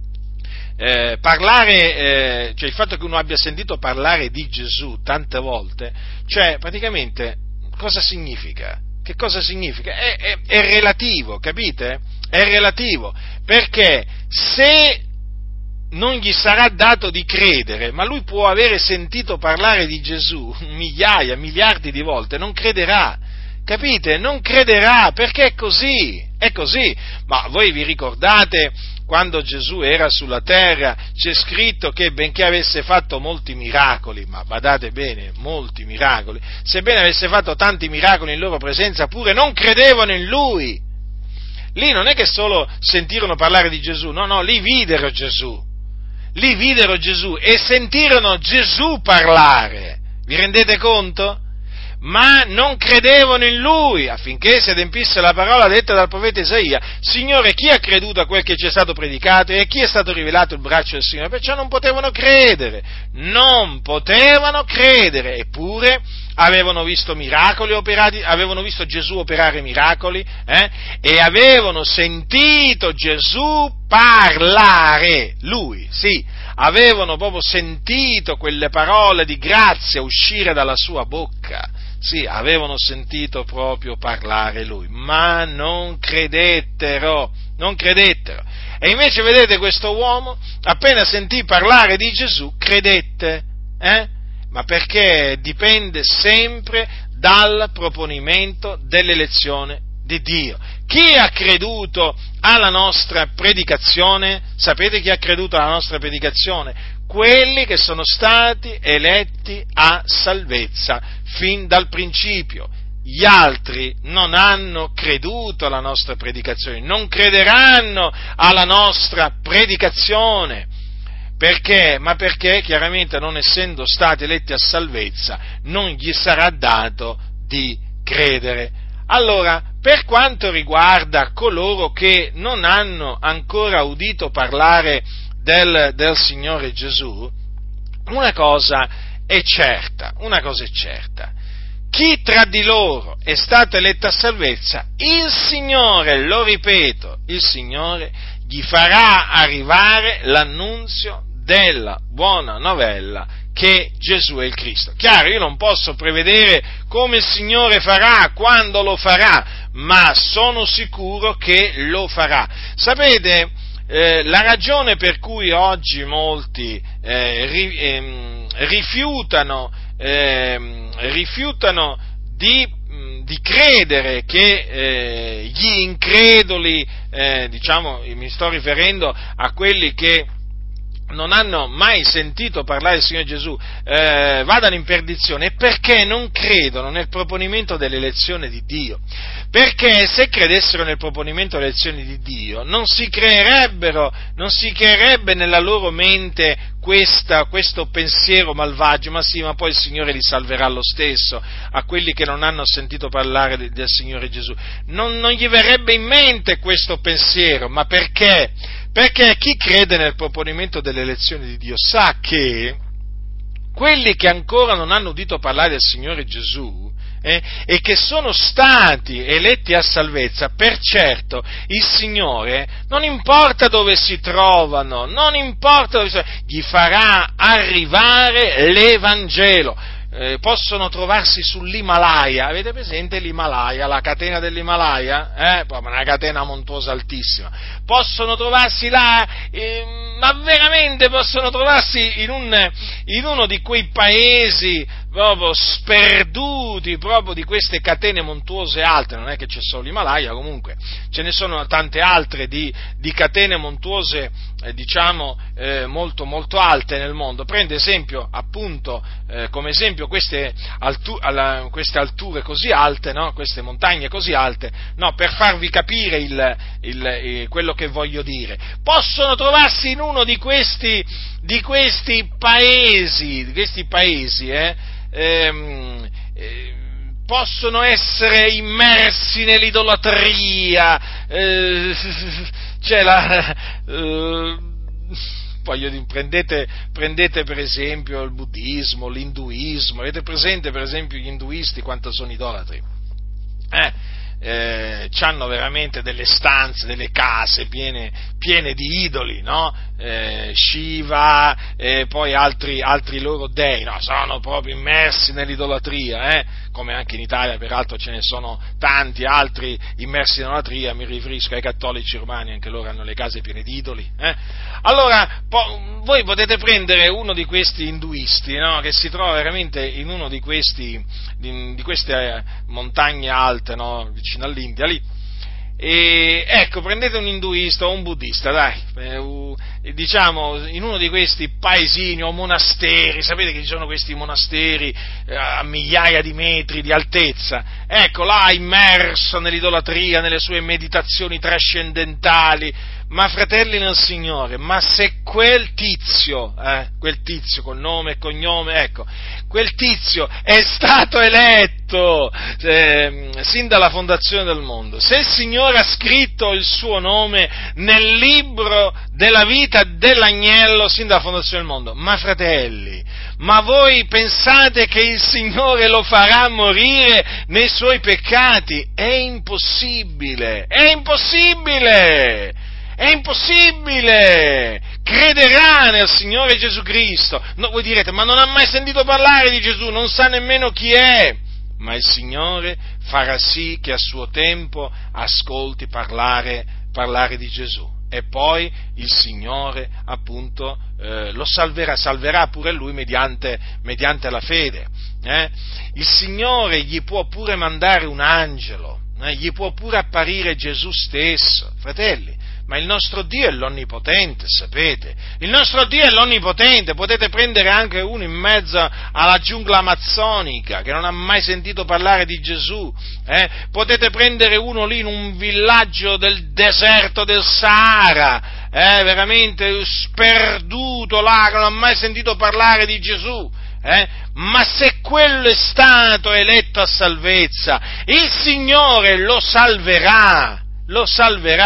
parlare, cioè il fatto che uno abbia sentito parlare di Gesù tante volte, cioè praticamente cosa significa? Che cosa significa? È relativo, capite? È relativo, perché se non gli sarà dato di credere, ma lui può avere sentito parlare di Gesù migliaia, miliardi di volte, non crederà, capite? Non crederà, perché è così. Ma voi vi ricordate quando Gesù era sulla terra? C'è scritto che benché avesse fatto molti miracoli, ma badate bene, molti miracoli, sebbene avesse fatto tanti miracoli in loro presenza, pure non credevano in Lui. Lì non è che solo sentirono parlare di Gesù, no, lì videro Gesù e sentirono Gesù parlare, vi rendete conto? Ma non credevano in Lui, affinché si adempisse la parola detta dal profeta Isaia: Signore, chi ha creduto a quel che ci è stato predicato e a chi è stato rivelato il braccio del Signore? Perciò non potevano credere, eppure avevano visto miracoli operati, avevano visto Gesù operare miracoli, e avevano sentito Gesù parlare, Lui, sì, avevano proprio sentito quelle parole di grazia uscire dalla sua bocca, sì, avevano sentito proprio parlare Lui, ma non credettero. E invece vedete questo uomo, appena sentì parlare di Gesù, credette, ma perché dipende sempre dal proponimento dell'elezione di Dio. Chi ha creduto alla nostra predicazione? Sapete chi ha creduto alla nostra predicazione? Quelli che sono stati eletti a salvezza fin dal principio. Gli altri non hanno creduto alla nostra predicazione, non crederanno alla nostra predicazione. Perché? Ma perché chiaramente, non essendo stati eletti a salvezza, non gli sarà dato di credere. Allora, per quanto riguarda coloro che non hanno ancora udito parlare del Signore Gesù, una cosa è certa, chi tra di loro è stato eletto a salvezza, il Signore, lo ripeto, il Signore gli farà arrivare l'annunzio della buona novella che Gesù è il Cristo. Chiaro, io non posso prevedere come il Signore farà, quando lo farà, ma sono sicuro che lo farà. Sapete, la ragione per cui oggi molti rifiutano di credere che gli increduli, mi sto riferendo a quelli che non hanno mai sentito parlare del Signore Gesù, vadano in perdizione, è perché non credono nel proponimento dell'elezione di Dio. Perché se credessero nel proponimento dell'elezione di Dio, non si creerebbe nella loro mente questo pensiero malvagio, ma poi il Signore li salverà lo stesso, a quelli che non hanno sentito parlare del Signore Gesù. Non gli verrebbe in mente questo pensiero, ma perché? Perché chi crede nel proponimento dell'elezione di Dio sa che quelli che ancora non hanno udito parlare del Signore Gesù e che sono stati eletti a salvezza, per certo il Signore, non importa dove si trovano, gli farà arrivare l'Evangelo. Possono trovarsi sull'Himalaya, avete presente l'Himalaya, la catena dell'Himalaya? Proprio una catena montuosa altissima. Possono trovarsi là, ma veramente possono trovarsi in uno di quei paesi proprio sperduti, proprio di queste catene montuose alte. Non è che c'è solo l'Himalaya, comunque ce ne sono tante altre di catene montuose, molto molto alte nel mondo. Prende esempio, appunto, come esempio queste alture così alte, no? Queste montagne così alte, no? Per farvi capire quello che voglio dire. Possono trovarsi in uno di questi paesi, possono essere immersi nell'idolatria, prendete per esempio il buddismo, l'induismo. Avete presente per esempio gli induisti quanto sono idolatri? C'hanno veramente delle stanze, delle case piene di idoli, no? Shiva e poi altri loro dei, no? Sono proprio immersi nell'idolatria, come anche in Italia peraltro ce ne sono tanti altri immersi nell'idolatria. Mi riferisco ai cattolici romani, anche loro hanno le case piene di idoli. Allora, voi potete prendere uno di questi induisti, no? Che si trova veramente in uno di queste montagne alte, no? Vicino all'India, lì. E ecco, prendete un induista o un buddista, dai, in uno di questi paesini o monasteri. Sapete che ci sono questi monasteri a migliaia di metri di altezza, ecco, là immerso nell'idolatria, nelle sue meditazioni trascendentali. Ma fratelli nel Signore, ma se quel tizio col nome e cognome, ecco, quel tizio è stato eletto sin dalla fondazione del mondo, se il Signore ha scritto il suo nome nel libro della vita dell'agnello sin dalla fondazione del mondo, ma fratelli, ma voi pensate che il Signore lo farà morire nei suoi peccati? È impossibile! Crederà nel Signore Gesù Cristo. No, voi direte, ma non ha mai sentito parlare di Gesù, non sa nemmeno chi è. Ma il Signore farà sì che a suo tempo ascolti parlare di Gesù. E poi il Signore, appunto, lo salverà pure lui mediante la fede. Il Signore gli può pure mandare un angelo, gli può pure apparire Gesù stesso, fratelli. Ma il nostro Dio è l'Onnipotente, sapete? Il nostro Dio è l'Onnipotente. Potete prendere anche uno in mezzo alla giungla amazzonica che non ha mai sentito parlare di Gesù. Potete prendere uno lì in un villaggio del deserto del Sahara, veramente sperduto là, che non ha mai sentito parlare di Gesù. Ma se quello è stato eletto a salvezza, il Signore lo salverà.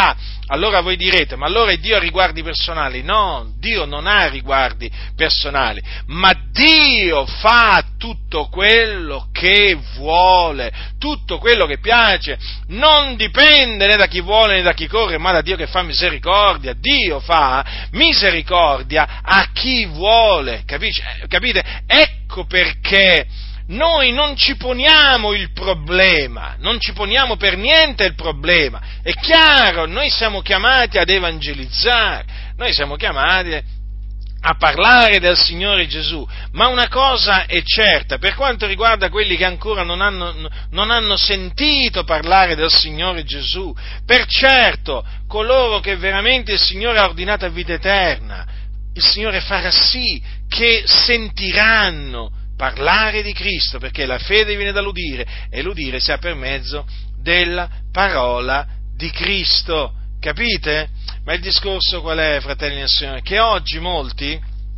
Allora voi direte, ma allora Dio ha riguardi personali? No, Dio non ha riguardi personali, ma Dio fa tutto quello che vuole, tutto quello che piace, non dipende né da chi vuole né da chi corre, ma da Dio che fa misericordia. Dio fa misericordia a chi vuole, capite? Ecco perché noi non ci poniamo il problema, non ci poniamo per niente il problema. È chiaro, noi siamo chiamati ad evangelizzare, noi siamo chiamati a parlare del Signore Gesù, ma una cosa è certa, per quanto riguarda quelli che ancora non hanno sentito parlare del Signore Gesù, per certo, coloro che veramente il Signore ha ordinato a vita eterna, il Signore farà sì che sentiranno parlare di Cristo, perché la fede viene dall'udire e l'udire sia per mezzo della parola di Cristo, capite? Ma il discorso qual è, fratelli del Signore? Che oggi molti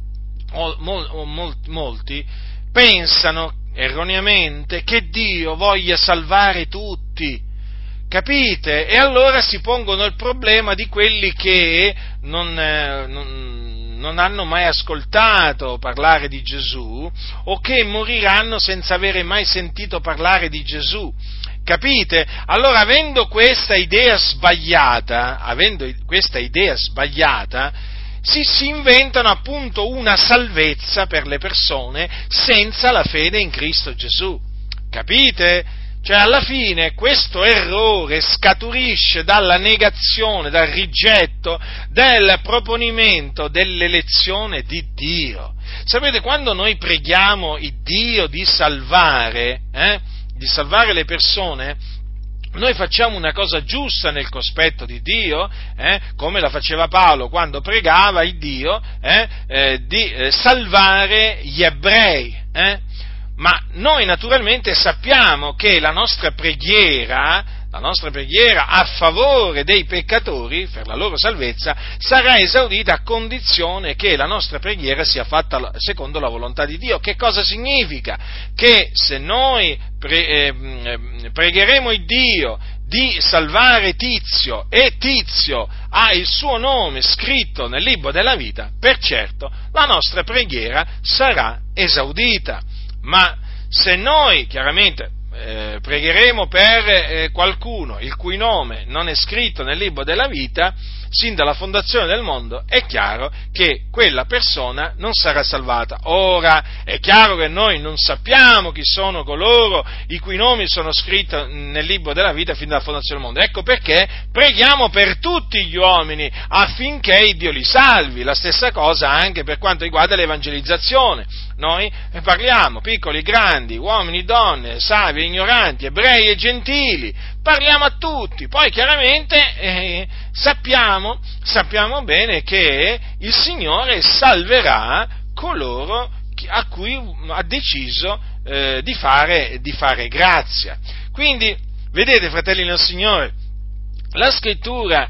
pensano erroneamente che Dio voglia salvare tutti, capite? E allora si pongono il problema di quelli che non hanno mai ascoltato parlare di Gesù o che moriranno senza avere mai sentito parlare di Gesù. Capite? Allora, avendo questa idea sbagliata, si inventano appunto una salvezza per le persone senza la fede in Cristo Gesù. Capite? Cioè, alla fine, questo errore scaturisce dalla negazione, dal rigetto, del proponimento dell'elezione di Dio. Sapete, quando noi preghiamo il Dio di salvare le persone, noi facciamo una cosa giusta nel cospetto di Dio, come la faceva Paolo quando pregava il Dio di salvare gli ebrei. Ma noi naturalmente sappiamo che la nostra preghiera a favore dei peccatori, per la loro salvezza, sarà esaudita a condizione che la nostra preghiera sia fatta secondo la volontà di Dio. Che cosa significa? Che se noi pregheremo il Dio di salvare Tizio e Tizio ha il suo nome scritto nel libro della vita, per certo la nostra preghiera sarà esaudita. Ma se noi chiaramente pregheremo per qualcuno il cui nome non è scritto nel libro della vita, sin dalla fondazione del mondo, è chiaro che quella persona non sarà salvata. Ora, è chiaro che noi non sappiamo chi sono coloro i cui nomi sono scritti nel libro della vita fin dalla fondazione del mondo. Ecco perché preghiamo per tutti gli uomini affinché Dio li salvi. La stessa cosa anche per quanto riguarda l'evangelizzazione. Noi parliamo, piccoli e grandi, uomini e donne, savi e ignoranti, ebrei e gentili, parliamo a tutti. Poi chiaramente sappiamo bene che il Signore salverà coloro a cui ha deciso di fare grazia. Quindi, vedete, fratelli nel Signore, la scrittura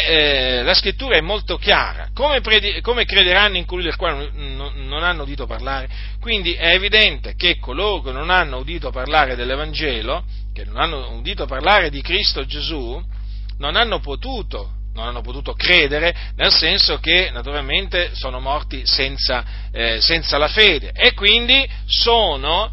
è molto chiara. Come crederanno in colui del quale non hanno udito parlare? Quindi è evidente che coloro che non hanno udito parlare dell'Evangelo, che non hanno udito parlare di Cristo Gesù, non hanno potuto credere, nel senso che naturalmente sono morti senza la fede e quindi sono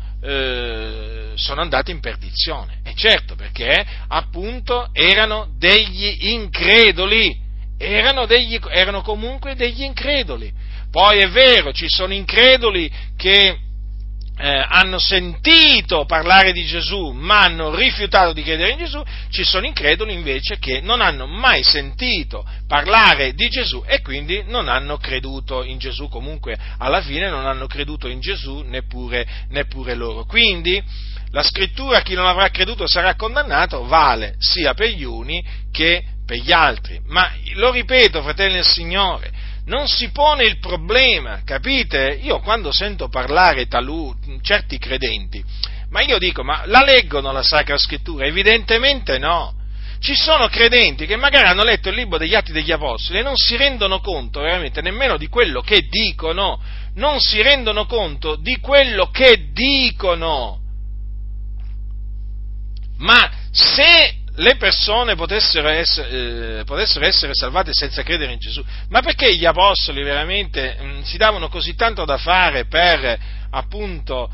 andati in perdizione. E certo, perché appunto erano degli increduli, erano comunque degli increduli. Poi è vero, ci sono increduli che hanno sentito parlare di Gesù ma hanno rifiutato di credere in Gesù, ci sono increduli invece che non hanno mai sentito parlare di Gesù e quindi non hanno creduto in Gesù, comunque alla fine non hanno creduto in Gesù neppure loro. Quindi la scrittura, chi non avrà creduto sarà condannato, vale sia per gli uni che per gli altri. Ma lo ripeto, fratelli del Signore, non si pone il problema, capite? Io quando sento parlare certi credenti, ma io dico, ma la leggono la Sacra Scrittura? Evidentemente no. Ci sono credenti che magari hanno letto il libro degli Atti degli Apostoli e non si rendono conto veramente nemmeno di quello che dicono, non si rendono conto di quello che dicono. Ma se le persone potessero essere salvate senza credere in Gesù. Ma perché gli apostoli veramente si davano così tanto da fare per appunto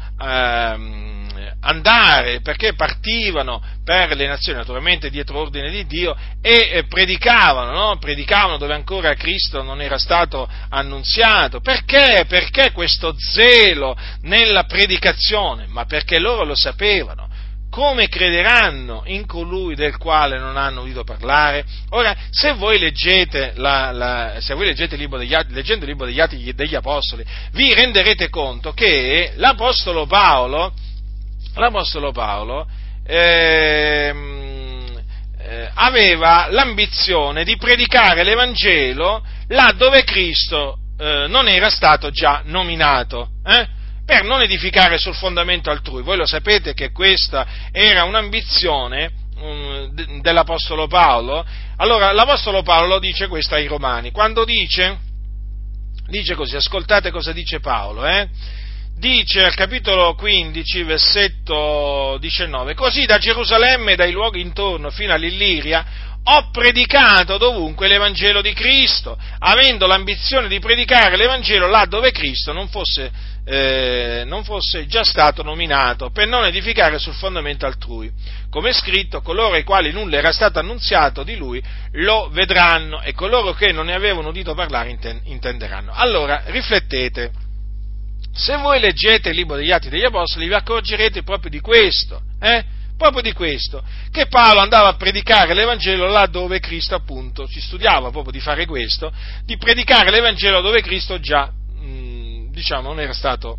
andare, perché partivano per le nazioni, naturalmente dietro ordine di Dio, e predicavano, no? Predicavano dove ancora Cristo non era stato annunziato. Perché? Perché questo zelo nella predicazione? Ma perché loro lo sapevano. Come crederanno in colui del quale non hanno udito parlare? Ora, se voi leggete il libro leggendo il libro degli Atti degli Apostoli, vi renderete conto che l'Apostolo Paolo aveva l'ambizione di predicare l'Evangelo là dove Cristo non era stato già nominato, per non edificare sul fondamento altrui. Voi lo sapete che questa era un'ambizione dell'Apostolo Paolo. Allora, l'Apostolo Paolo dice questo ai Romani, quando dice così, ascoltate cosa dice Paolo, Dice al capitolo 15, versetto 19, così da Gerusalemme e dai luoghi intorno fino all'Illiria ho predicato dovunque l'Evangelo di Cristo, avendo l'ambizione di predicare l'Evangelo là dove Cristo non fosse già stato nominato, per non edificare sul fondamento altrui. Come è scritto, coloro ai quali nulla era stato annunziato di lui lo vedranno, e coloro che non ne avevano udito parlare intenderanno. Allora, riflettete. Se voi leggete il libro degli Atti degli Apostoli vi accorgerete proprio di questo, che Paolo andava a predicare l'Evangelo là dove Cristo appunto, ci studiava proprio di fare questo, di predicare l'Evangelo dove Cristo già, non era stato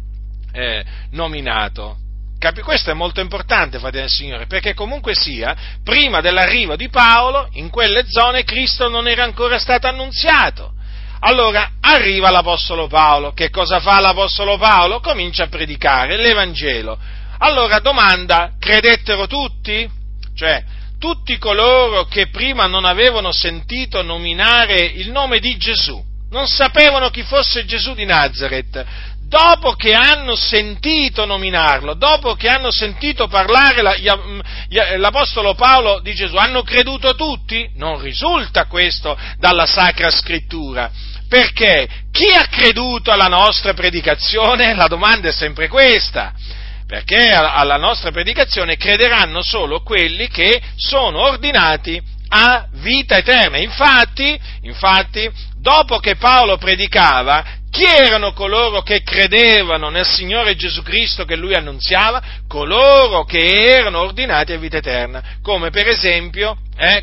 nominato. Questo è molto importante, fratelli del Signore, perché comunque sia, prima dell'arrivo di Paolo, in quelle zone Cristo non era ancora stato annunziato. Allora arriva l'Apostolo Paolo. Che cosa fa l'Apostolo Paolo? Comincia a predicare l'Evangelo. Allora domanda, credettero tutti? Cioè, tutti coloro che prima non avevano sentito nominare il nome di Gesù, non sapevano chi fosse Gesù di Nazaret, dopo che hanno sentito nominarlo, dopo che hanno sentito parlare l'Apostolo Paolo di Gesù, hanno creduto tutti? Non risulta questo dalla Sacra Scrittura. Perché? Chi ha creduto alla nostra predicazione? La domanda è sempre questa. Perché alla nostra predicazione crederanno solo quelli che sono ordinati a vita eterna. Infatti, dopo che Paolo predicava, chi erano coloro che credevano nel Signore Gesù Cristo che lui annunziava? Coloro che erano ordinati a vita eterna, come per esempio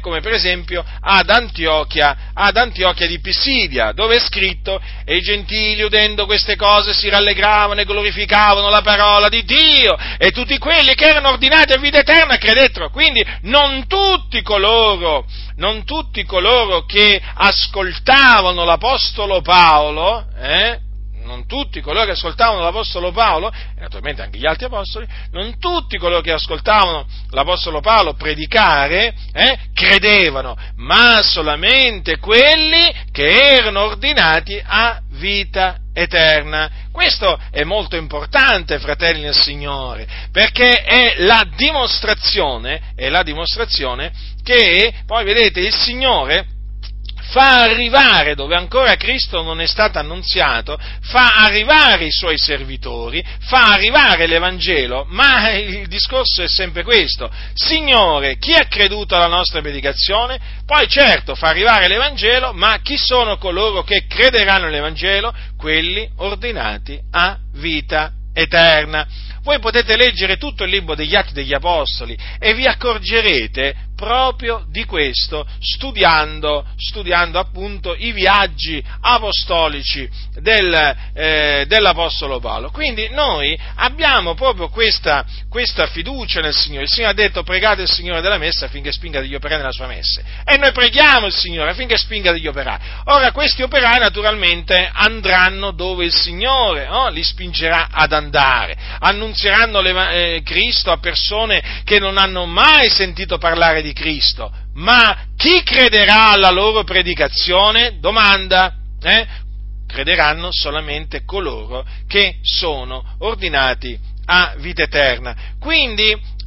ad Antiochia di Pisidia, dove è scritto: e i gentili udendo queste cose si rallegravano e glorificavano la parola di Dio, e tutti quelli che erano ordinati a vita eterna credettero. Quindi non tutti coloro che ascoltavano l'Apostolo Paolo, e naturalmente anche gli altri apostoli, non tutti coloro che ascoltavano l'Apostolo Paolo predicare, credevano, ma solamente quelli che erano ordinati a vita eterna. Questo è molto importante, fratelli nel Signore, perché è la dimostrazione che poi, vedete, il Signore fa arrivare dove ancora Cristo non è stato annunziato, fa arrivare i suoi servitori, fa arrivare l'Evangelo, ma il discorso è sempre questo: Signore, chi ha creduto alla nostra predicazione? Poi certo fa arrivare l'Evangelo, ma chi sono coloro che crederanno all'Evangelo? Quelli ordinati a vita eterna. Voi potete leggere tutto il libro degli Atti degli Apostoli e vi accorgerete proprio di questo, studiando appunto i viaggi apostolici dell'Apostolo Paolo. Quindi noi abbiamo proprio questa fiducia nel Signore. Il Signore ha detto: pregate il Signore della messa affinché spinga degli operai nella sua messa, e noi preghiamo il Signore affinché spinga degli operai. Ora, questi operai naturalmente andranno dove il Signore li spingerà ad andare, annunzieranno Cristo a persone che non hanno mai sentito parlare di Cristo. Ma chi crederà alla loro predicazione? Domanda. Crederanno solamente coloro che sono ordinati a vita eterna. Quindi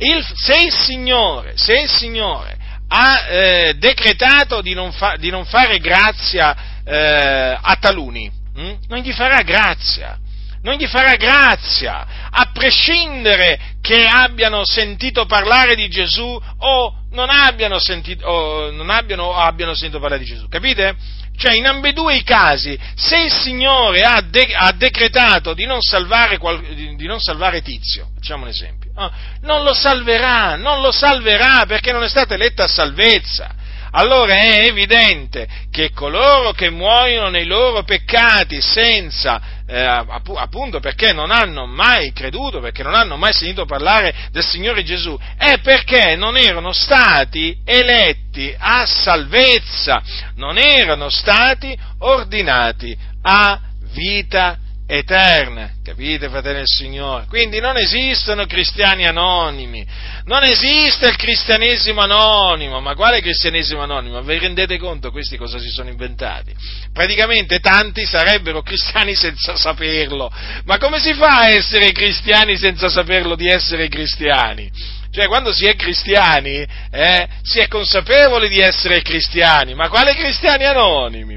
Se il Signore ha decretato di non fare grazia a taluni, non gli farà grazia. Non gli farà grazia, a prescindere che abbiano sentito parlare di Gesù o abbiano sentito parlare di Gesù, capite? Cioè, in ambedue i casi, se il Signore ha decretato di non salvare Tizio, facciamo un esempio, non lo salverà perché non è stata eletta a salvezza. Allora è evidente che coloro che muoiono nei loro peccati senza, appunto perché non hanno mai creduto, perché non hanno mai sentito parlare del Signore Gesù, è perché non erano stati eletti a salvezza, non erano stati ordinati a vita eterna, capite, fratelli del Signore? Quindi non esistono cristiani anonimi, non esiste il cristianesimo anonimo. Ma quale cristianesimo anonimo? Vi rendete conto questi cosa si sono inventati? Praticamente tanti sarebbero cristiani senza saperlo. Ma come si fa a essere cristiani senza saperlo di essere cristiani? Cioè, quando si è cristiani, si è consapevoli di essere cristiani. Ma quale cristiani anonimi?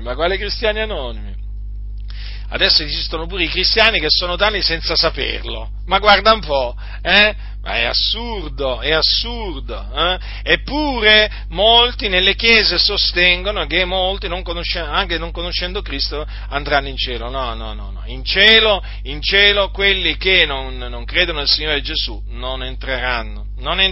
Adesso esistono pure i cristiani che sono tali senza saperlo, ma guarda un po', ma è assurdo, Eppure molti nelle chiese sostengono che molti, anche non conoscendo Cristo, andranno in cielo. No, in cielo quelli che non credono nel Signore Gesù non entreranno,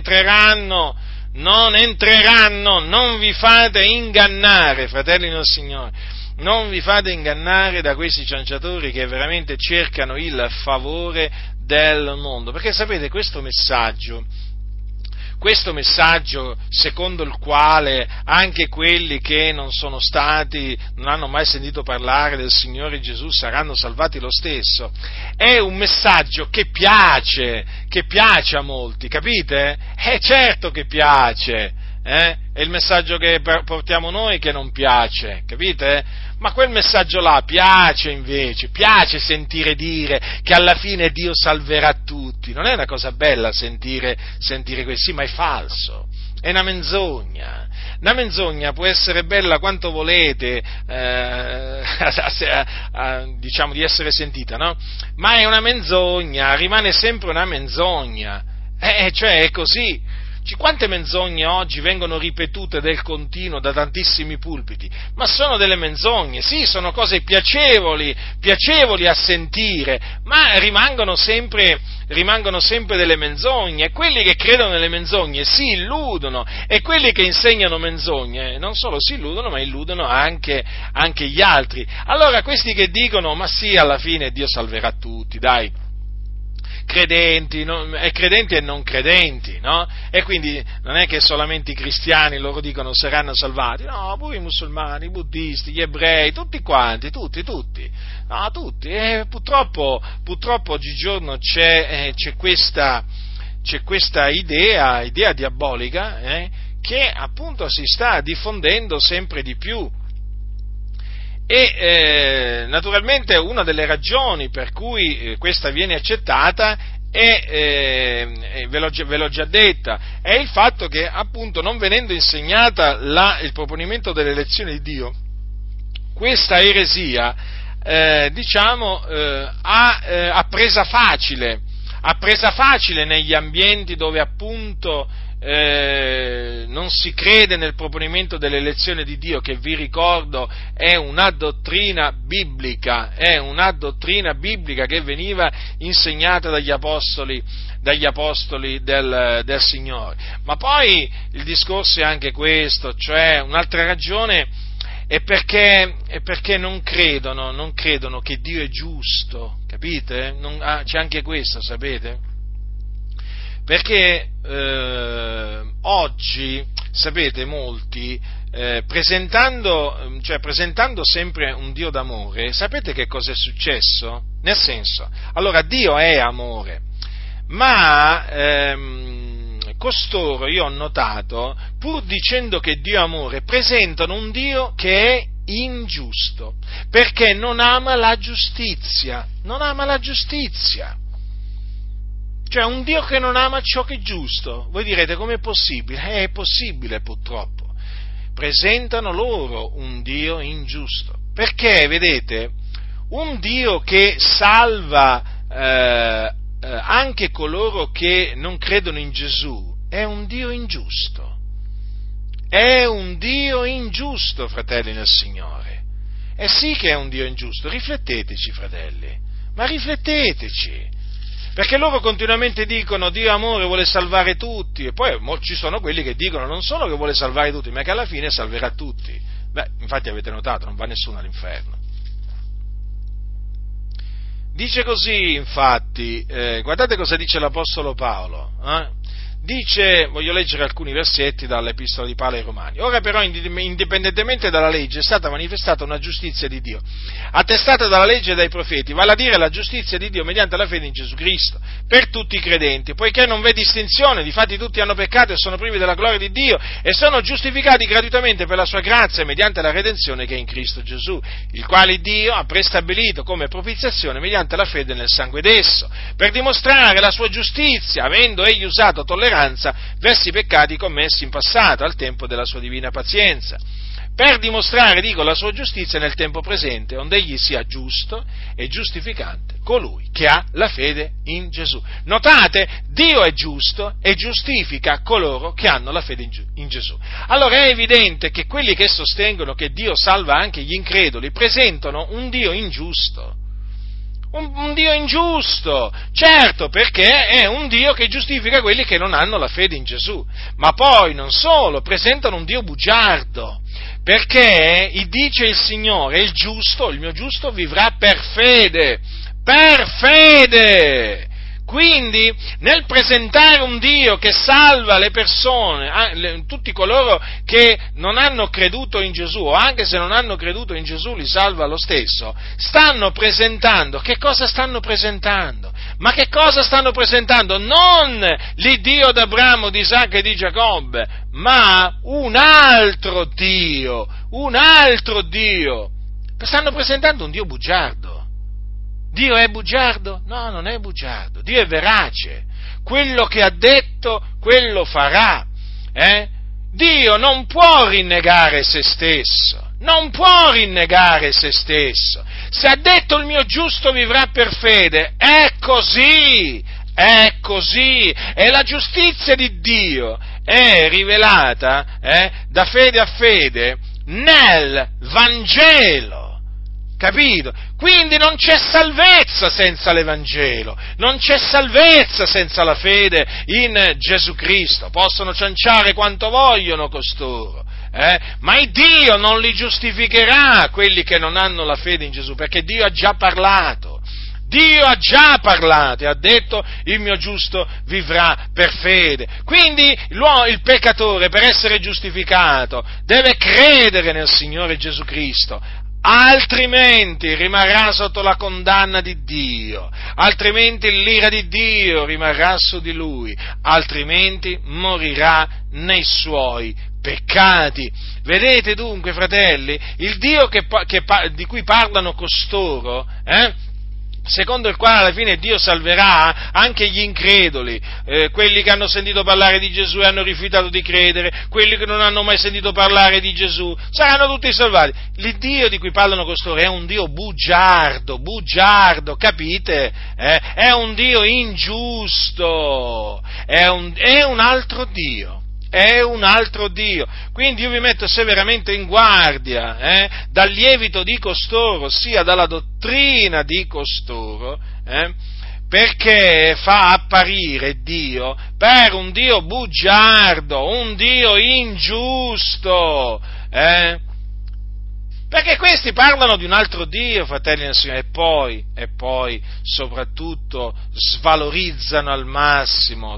non vi fate ingannare, fratelli del Signore. Non vi fate ingannare da questi cianciatori che veramente cercano il favore del mondo, perché sapete questo messaggio secondo il quale anche quelli che non hanno mai sentito parlare del Signore Gesù saranno salvati lo stesso, è un messaggio che piace a molti, capite? Certo che piace. È il messaggio che portiamo noi che non piace, capite? Ma quel messaggio là piace sentire dire che alla fine Dio salverà tutti. Non è una cosa bella sentire così, ma è falso, è una menzogna. Una menzogna può essere bella quanto volete, diciamo di essere sentita, no? Ma è una menzogna, rimane sempre una menzogna, cioè è così. Quante menzogne oggi vengono ripetute del continuo da tantissimi pulpiti, ma sono delle menzogne, sì, sono cose piacevoli a sentire, ma rimangono sempre delle menzogne, e quelli che credono nelle menzogne si illudono, e quelli che insegnano menzogne non solo si illudono, ma illudono anche gli altri. Allora questi che dicono, ma sì, alla fine Dio salverà tutti, dai, credenti e non credenti, no? E quindi non è che solamente i cristiani, loro dicono, saranno salvati, no, pure i musulmani, i buddisti, gli ebrei, tutti quanti, tutti, no, tutti, e purtroppo oggigiorno c'è questa idea diabolica, che appunto si sta diffondendo sempre di più. E naturalmente una delle ragioni per cui questa viene accettata ve l'ho già detta, è il fatto che appunto non venendo insegnata il proponimento dell'elezione di Dio, questa eresia ha presa facile negli ambienti dove appunto non si crede nel proponimento dell'elezione di Dio, che vi ricordo è una dottrina biblica che veniva insegnata dagli apostoli del Signore. Ma poi il discorso è anche questo, cioè un'altra ragione è perché non credono che Dio è giusto, capite? C'è anche questo, sapete? Perché oggi, sapete, molti, presentando sempre un Dio d'amore, sapete che cosa è successo? Nel senso, allora Dio è amore, ma costoro, io ho notato, pur dicendo che Dio è amore, presentano un Dio che è ingiusto, perché non ama la giustizia. Cioè un Dio che non ama ciò che è giusto. Voi direte com'è possibile? È possibile purtroppo. Presentano loro un Dio ingiusto. Perché, vedete, un Dio che salva anche coloro che non credono in Gesù è un Dio ingiusto. È un Dio ingiusto, fratelli nel Signore. E sì che è un Dio ingiusto. Rifletteteci, fratelli. Ma rifletteteci. Perché loro continuamente dicono Dio è amore, vuole salvare tutti, e poi ci sono quelli che dicono non solo che vuole salvare tutti, ma che alla fine salverà tutti. Beh, infatti avete notato, non va nessuno all'inferno. Dice così, infatti, guardate cosa dice l'Apostolo Paolo. Dice, voglio leggere alcuni versetti dall'Epistola di Paolo ai Romani. Ora però, indipendentemente dalla legge, è stata manifestata una giustizia di Dio, attestata dalla legge e dai profeti, vale a dire la giustizia di Dio mediante la fede in Gesù Cristo, per tutti i credenti, poiché non v'è distinzione, difatti tutti hanno peccato e sono privi della gloria di Dio, e sono giustificati gratuitamente per la sua grazia mediante la redenzione che è in Cristo Gesù, il quale Dio ha prestabilito come propiziazione mediante la fede nel sangue d'esso, per dimostrare la sua giustizia, avendo egli usato tolleranza verso i peccati commessi in passato, al tempo della sua divina pazienza, per dimostrare, dico, la sua giustizia nel tempo presente, onde egli sia giusto e giustificante colui che ha la fede in Gesù. Notate, Dio è giusto e giustifica coloro che hanno la fede in Gesù. Allora è evidente che quelli che sostengono che Dio salva anche gli increduli presentano un Dio ingiusto. Un Dio ingiusto, certo, perché è un Dio che giustifica quelli che non hanno la fede in Gesù, ma poi non solo, presentano un Dio bugiardo, perché dice il Signore, il giusto, il mio giusto vivrà per fede, per fede! Quindi, nel presentare un Dio che salva le persone, tutti coloro che non hanno creduto in Gesù, o anche se non hanno creduto in Gesù li salva lo stesso, stanno presentando, che cosa stanno presentando? Ma che cosa stanno presentando? Non l'Iddio d'Abramo, di Isacco e di Giacobbe, ma un altro Dio, un altro Dio. Stanno presentando un Dio bugiardo. Dio è bugiardo? No, non è bugiardo. Dio è verace. Quello che ha detto, quello farà. Dio non può rinnegare se stesso. Non può rinnegare se stesso. Se ha detto il mio giusto vivrà per fede, è così. È così. E la giustizia di Dio è rivelata da fede a fede nel Vangelo. Capito? Quindi non c'è salvezza senza l'Evangelo, non c'è salvezza senza la fede in Gesù Cristo. Possono cianciare quanto vogliono costoro, ma il Dio non li giustificherà quelli che non hanno la fede in Gesù, perché Dio ha già parlato. Dio ha già parlato e ha detto il mio giusto vivrà per fede. Quindi il peccatore, per essere giustificato, deve credere nel Signore Gesù Cristo. Altrimenti rimarrà sotto la condanna di Dio, altrimenti l'ira di Dio rimarrà su di lui, altrimenti morirà nei suoi peccati. Vedete dunque, fratelli, il Dio di cui parlano costoro, secondo il quale alla fine Dio salverà anche gli increduli, quelli che hanno sentito parlare di Gesù e hanno rifiutato di credere, quelli che non hanno mai sentito parlare di Gesù, saranno tutti salvati. L'Iddio di cui parlano costoro è un Dio bugiardo, capite? È un Dio ingiusto, è un altro Dio. È un altro Dio, quindi io vi metto severamente in guardia dal lievito di costoro, ossia dalla dottrina di costoro, perché fa apparire Dio per un Dio bugiardo, un Dio ingiusto, perché questi parlano di un altro Dio, fratelli del Signore, e poi soprattutto svalorizzano al massimo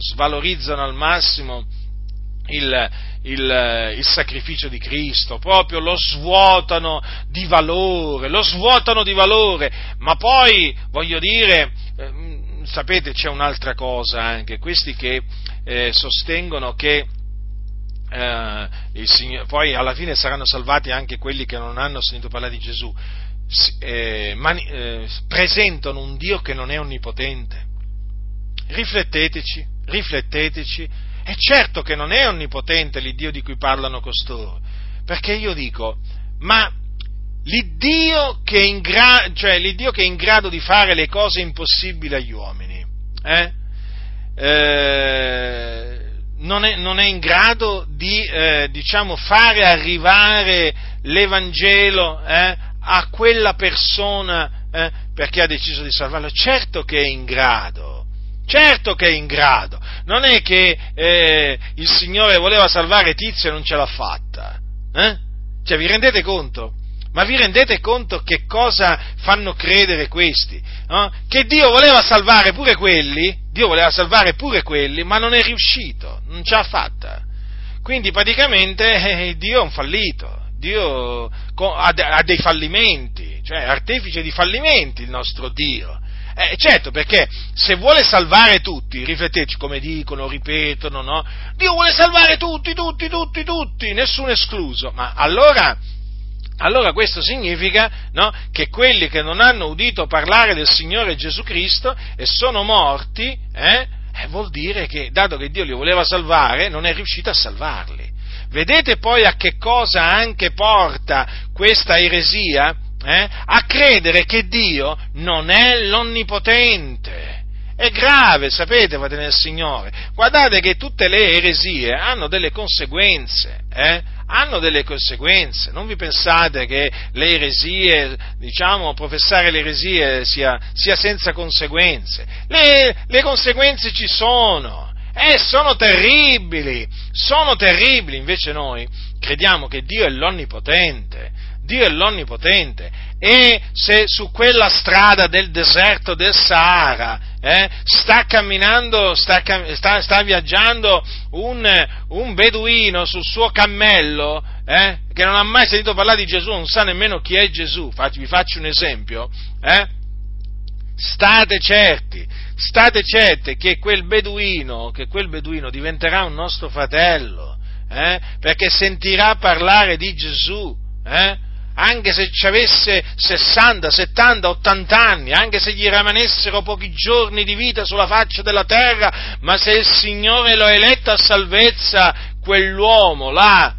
il sacrificio di Cristo, proprio lo svuotano di valore, ma poi, voglio dire, sapete, c'è un'altra cosa anche, questi che sostengono che poi alla fine saranno salvati anche quelli che non hanno sentito parlare di Gesù, presentano un Dio che non è onnipotente. rifletteteci. È certo che non è onnipotente l'Iddio di cui parlano costoro, perché io dico, ma l'Iddio che è in grado di fare le cose impossibili agli uomini, non è in grado di fare arrivare l'Evangelo a quella persona perché ha deciso di salvarlo? Certo che è in grado. Non è che il Signore voleva salvare Tizio e non ce l'ha fatta. Cioè, vi rendete conto? Ma vi rendete conto che cosa fanno credere questi? Che Dio voleva salvare pure quelli, ma non è riuscito, non ce l'ha fatta. Quindi praticamente Dio è un fallito, Dio ha dei fallimenti, cioè è artefice di fallimenti il nostro Dio. Certo, perché se vuole salvare tutti, rifletteteci come dicono, ripetono, no? Dio vuole salvare tutti, nessuno escluso, ma allora questo significa, no, che quelli che non hanno udito parlare del Signore Gesù Cristo e sono morti, vuol dire che, dato che Dio li voleva salvare, non è riuscito a salvarli. Vedete poi a che cosa anche porta questa eresia? A credere che Dio non è l'Onnipotente. È grave, sapete, fratelli del Signore. Guardate che tutte le eresie hanno delle conseguenze, non vi pensate che le eresie, professare le eresie sia senza conseguenze. Le conseguenze ci sono, sono terribili, invece noi crediamo che Dio è l'Onnipotente e se su quella strada del deserto del Sahara sta viaggiando un beduino sul suo cammello che non ha mai sentito parlare di Gesù, non sa nemmeno chi è Gesù, vi faccio un esempio, state certi che quel beduino diventerà un nostro fratello, perché sentirà parlare di Gesù, anche se ci avesse 60, 70, 80 anni, anche se gli rimanessero pochi giorni di vita sulla faccia della terra, ma se il Signore lo ha eletto a salvezza, quell'uomo là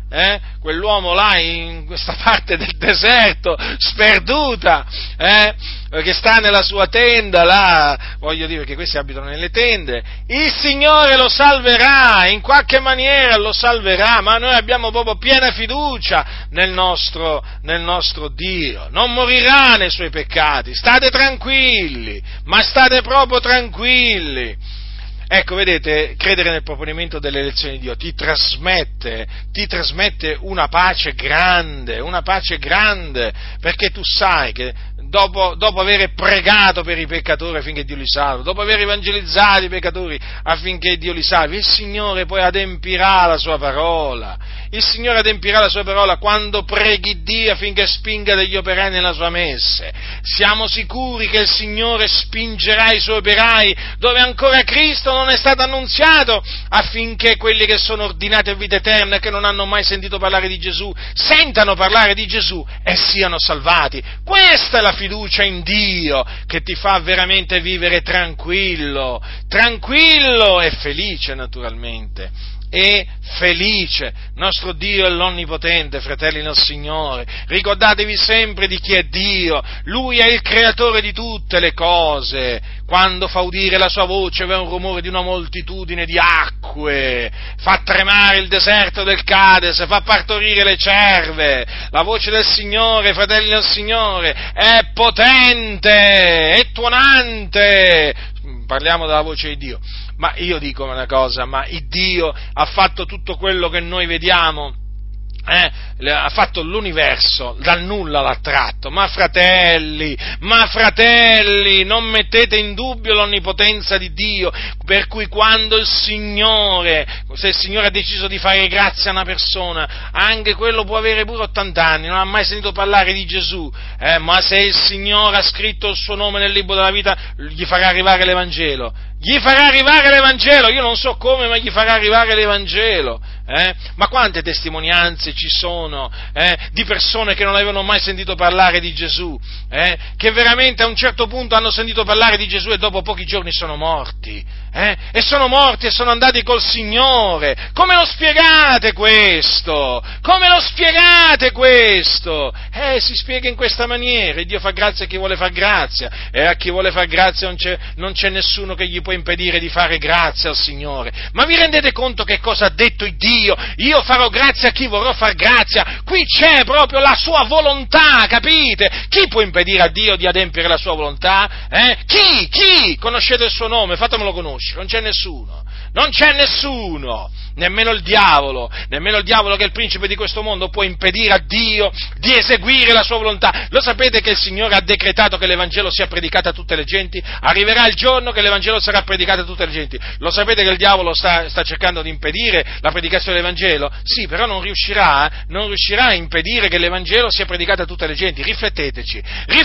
in questa parte del deserto, sperduta, che sta nella sua tenda là, voglio dire che questi abitano nelle tende, il Signore lo salverà, in qualche maniera lo salverà, ma noi abbiamo proprio piena fiducia nel nostro Dio, non morirà nei suoi peccati, state tranquilli, ma state proprio tranquilli. Ecco, vedete, credere nel proponimento delle elezioni di Dio ti trasmette una pace grande, perché tu sai che dopo aver pregato per i peccatori affinché Dio li salvi, dopo aver evangelizzato i peccatori affinché Dio li salvi, il Signore poi adempirà la sua parola. Il Signore adempirà la sua parola quando preghi Dio affinché spinga degli operai nella sua messe. Siamo sicuri che il Signore spingerà i suoi operai dove ancora Cristo non è stato annunziato, affinché quelli che sono ordinati a vita eterna e che non hanno mai sentito parlare di Gesù sentano parlare di Gesù e siano salvati. Questa è la fiducia in Dio che ti fa veramente vivere tranquillo e felice, naturalmente. E felice, nostro Dio è l'Onnipotente, fratelli nel Signore, ricordatevi sempre di chi è Dio, Lui è il creatore di tutte le cose, quando fa udire la sua voce v'è un rumore di una moltitudine di acque, fa tremare il deserto del Cades, fa partorire le cerve, la voce del Signore, fratelli nel Signore, è potente, è tuonante, parliamo della voce di Dio. Ma io dico una cosa, ma il Dio ha fatto tutto quello che noi vediamo, ha fatto l'universo, dal nulla l'ha tratto, ma fratelli, non mettete in dubbio l'onnipotenza di Dio, per cui quando se il Signore ha deciso di fare grazia a una persona, anche quello può avere pure 80 anni, non ha mai sentito parlare di Gesù, ma se il Signore ha scritto il suo nome nel libro della vita, gli farà arrivare l'Evangelo, Gli farà arrivare l'Evangelo, io non so come, ma gli farà arrivare l'Evangelo. Ma quante testimonianze ci sono di persone che non avevano mai sentito parlare di Gesù, che veramente a un certo punto hanno sentito parlare di Gesù e dopo pochi giorni sono morti, e sono morti e sono andati col Signore. Come lo spiegate questo? Come lo spiegate questo? Si spiega in questa maniera: Dio fa grazia a chi vuole far grazia, e a chi vuole far grazia non c'è nessuno che gli può impedire di fare grazia al Signore. Ma vi rendete conto che cosa ha detto Dio? Io farò grazia a chi vorrò far grazia. Qui c'è proprio la sua volontà, capite? Chi può impedire a Dio di adempiere la sua volontà? Chi? Chi? Conoscete il suo nome? Fatemelo conoscere. Non c'è nessuno. Non c'è nessuno, nemmeno il diavolo che è il principe di questo mondo può impedire a Dio di eseguire la sua volontà. Lo sapete che il Signore ha decretato che l'Evangelo sia predicato a tutte le genti? Arriverà il giorno che l'Evangelo sarà predicato a tutte le genti. Lo sapete che il diavolo sta cercando di impedire la predicazione dell'Evangelo? Sì, però non riuscirà a impedire che l'Evangelo sia predicato a tutte le genti. Rifletteteci!